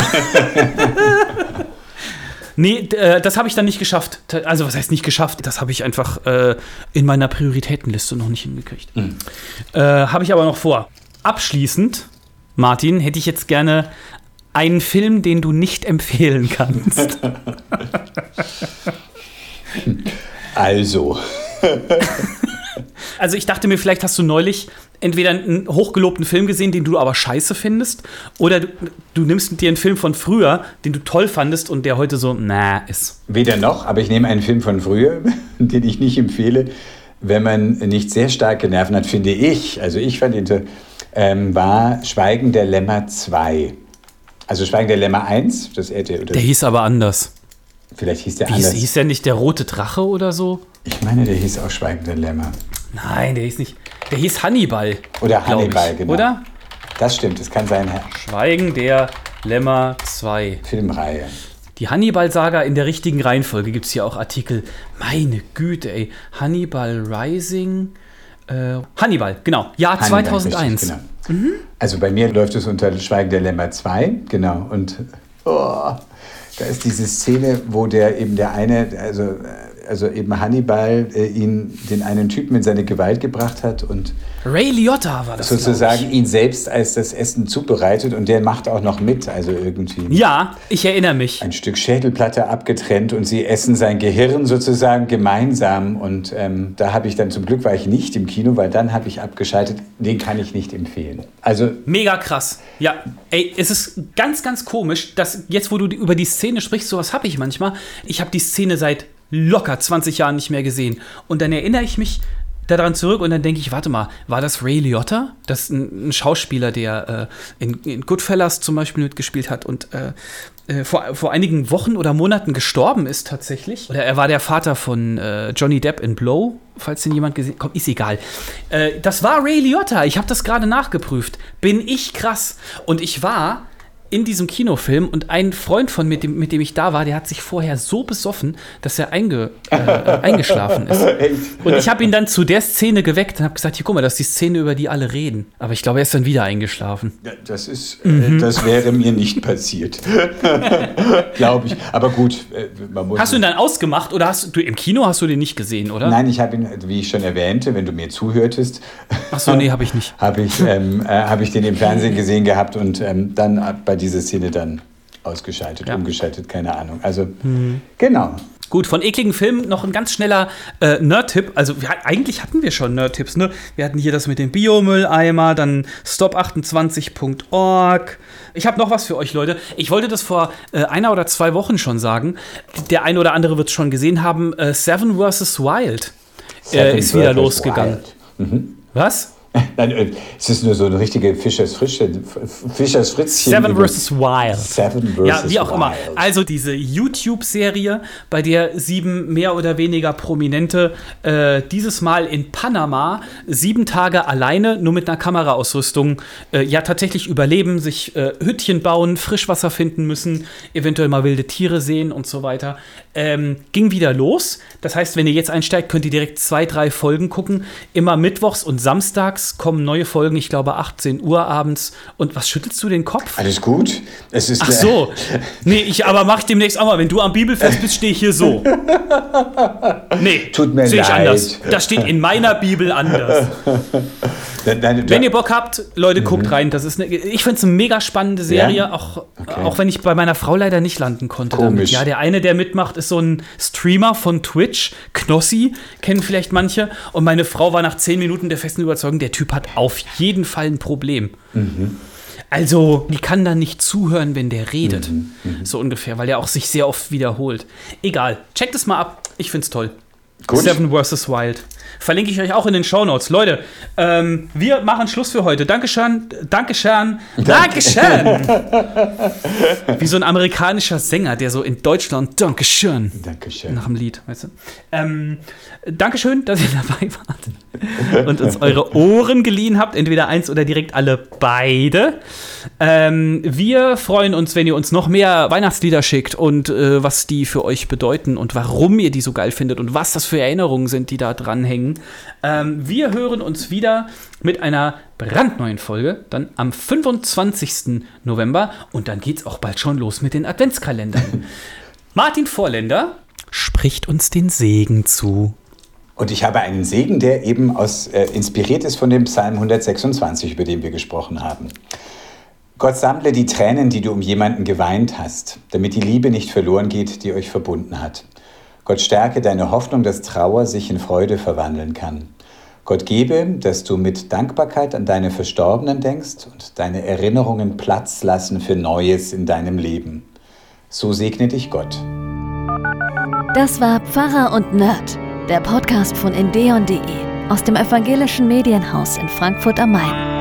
Nee, d- äh, das habe ich dann nicht geschafft. T- Also, was heißt nicht geschafft? Das habe ich einfach äh, in meiner Prioritätenliste noch nicht hingekriegt. Mhm. Äh, habe ich aber noch vor. Abschließend, Martin, hätte ich jetzt gerne einen Film, den du nicht empfehlen kannst. Also, Also ich dachte mir, vielleicht hast du neulich entweder einen hochgelobten Film gesehen, den du aber scheiße findest, oder du, du nimmst dir einen Film von früher, den du toll fandest und der heute so, na, ist. weder noch, aber ich nehme einen Film von früher, den ich nicht empfehle, wenn man nicht sehr starke Nerven hat, finde ich. Also ich fand ihn, so, ähm, war Schweigen der Lämmer zwei. Also Schweigen der Lämmer eins, das hätte, oder Der hieß aber anders. vielleicht hieß der Wie hieß, anders. hieß der nicht der rote Drache oder so? Ich meine, der hieß auch Schweigen der Lämmer. Nein, der hieß nicht. Der hieß Hannibal. Oder glaub Hannibal, ich. genau. Oder? Das stimmt, das kann sein, Herr. Schweigen der Lämmer zwei. Filmreihe. Die Hannibal-Saga in der richtigen Reihenfolge gibt es hier auch Artikel. Meine Güte, ey. Hannibal Rising. Äh, Hannibal, genau. Jahr Hannibal, zweitausendeins. richtig, genau. Also bei mir läuft es unter Schweigen der Lämmer zwei, genau. Und oh, da ist diese Szene, wo der eben der eine, also, also eben Hannibal äh, ihn, den einen Typen in seine Gewalt gebracht hat und Ray Liotta war das. sozusagen glaub ihn selbst als das Essen zubereitet und der macht auch noch mit, also irgendwie. ich. Ja, ich erinnere mich. Ein Stück Schädelplatte abgetrennt und sie essen sein Gehirn sozusagen gemeinsam. Und ähm, da habe ich dann, zum Glück war ich nicht im Kino, weil dann habe ich abgeschaltet. Den kann ich nicht empfehlen. Also Mega krass. Ja, ey, es ist ganz, ganz komisch, dass jetzt, wo du über die Szene sprichst, sowas habe ich manchmal. Ich habe die Szene seit locker zwanzig Jahren nicht mehr gesehen. Und dann erinnere ich mich daran zurück und dann denke ich, warte mal, war das Ray Liotta? Das ist ein, ein Schauspieler, der äh, in, in Goodfellas zum Beispiel mitgespielt hat und äh, äh, vor, vor einigen Wochen oder Monaten gestorben ist tatsächlich. Oder er war der Vater von äh, Johnny Depp in Blow, falls den jemand gesehen hat. Komm, ist egal. Äh, das war Ray Liotta. Ich habe das gerade nachgeprüft. Bin ich krass. Und ich war in diesem Kinofilm und ein Freund von mir, mit dem, mit dem ich da war, der hat sich vorher so besoffen, dass er einge, äh, eingeschlafen ist. Und ich habe ihn dann zu der Szene geweckt und habe gesagt, hier, guck mal, das ist die Szene, über die alle reden. Aber ich glaube, er ist dann wieder eingeschlafen. das ist, äh, das wäre mir nicht passiert. Glaube ich. Aber gut, äh, man muss. Hast du ihn dann ausgemacht oder hast du im Kino hast du den nicht gesehen, oder? Nein, ich habe ihn, wie ich schon erwähnte, wenn du mir zuhörtest, Ach so, nee, habe ich nicht. habe ich, ähm, äh, hab ich den im Fernsehen gesehen gehabt und ähm, dann bei dieser Szene dann ausgeschaltet, ja. umgeschaltet, keine Ahnung. Also, mhm. genau. Gut, von ekligen Filmen noch ein ganz schneller äh, Nerd-Tipp. Also wir, eigentlich hatten wir schon Nerd-Tipps, ne? Wir hatten hier das mit dem Biomülleimer, dann stop achtundzwanzig Punkt org. Ich habe noch was für euch, Leute. Ich wollte das vor äh, einer oder zwei Wochen schon sagen. Der eine oder andere wird es schon gesehen haben. Äh, Seven versus. Wild äh, ist wieder losgegangen. Mhm. Was? Nein, es ist nur so eine richtige Fischers Frischchen, Fischers Fritzchen. Seven versus. Wild. Seven versus. Ja, wie auch Wild. immer. Also diese YouTube-Serie, bei der sieben mehr oder weniger Prominente äh, dieses Mal in Panama sieben Tage alleine, nur mit einer Kameraausrüstung, äh, ja tatsächlich überleben, sich äh, Hüttchen bauen, Frischwasser finden müssen, eventuell mal wilde Tiere sehen und so weiter. Ähm, ging wieder los. Das heißt, wenn ihr jetzt einsteigt, könnt ihr direkt zwei, drei Folgen gucken. Immer mittwochs und samstags kommen neue Folgen, ich glaube achtzehn Uhr abends. Und was schüttelst du den Kopf? Alles gut. Es ist Ach so. Nee, ich aber mach ich demnächst auch mal. Wenn du am Bibelfest bist, stehe ich hier so. Nee, tut mir sehe ich leid. anders. Das steht in meiner Bibel anders. Nein, nein, wenn ihr Bock habt, Leute, guckt mhm. rein. Das ist eine, ich finde es eine mega spannende Serie, ja? auch, okay. auch wenn ich bei meiner Frau leider nicht landen konnte. Komisch. Damit. Ja, der eine, der mitmacht, ist so ein Streamer von Twitch, Knossi, kennen vielleicht manche. Und meine Frau war nach zehn Minuten der festen Überzeugung, der Typ hat auf jeden Fall ein Problem. Mhm. Also, die kann dann nicht zuhören, wenn der redet. Mhm. Mhm. So ungefähr, weil der auch sich sehr oft wiederholt. Egal, checkt es mal ab. Ich find's toll. Gut. Seven versus. Wild. Verlinke ich euch auch in den Shownotes. Leute, ähm, wir machen Schluss für heute. Dankeschön, Dankeschön, Dankeschön. Wie so ein amerikanischer Sänger, der so in Deutschland Dankeschön. Dankeschön. Nach dem Lied, weißt du. Ähm, Dankeschön, dass ihr dabei wart und uns eure Ohren geliehen habt. Entweder eins oder direkt alle beide. Ähm, wir freuen uns, wenn ihr uns noch mehr Weihnachtslieder schickt und äh, was die für euch bedeuten und warum ihr die so geil findet und was das für Erinnerungen sind, die da dranhängen. Ähm, wir hören uns wieder mit einer brandneuen Folge, dann am fünfundzwanzigsten November und dann geht's auch bald schon los mit den Adventskalendern. Martin Vorländer spricht uns den Segen zu. Und ich habe einen Segen, der eben aus, äh, inspiriert ist von dem Psalm hundertsechsundzwanzig, über den wir gesprochen haben. Gott, sammle die Tränen, die du um jemanden geweint hast, damit die Liebe nicht verloren geht, die euch verbunden hat. Gott, stärke deine Hoffnung, dass Trauer sich in Freude verwandeln kann. Gott, gebe, dass du mit Dankbarkeit an deine Verstorbenen denkst und deine Erinnerungen Platz lassen für Neues in deinem Leben. So segne dich Gott. Das war Pfarrer und Nerd, der Podcast von endeon punkt de aus dem evangelischen Medienhaus in Frankfurt am Main.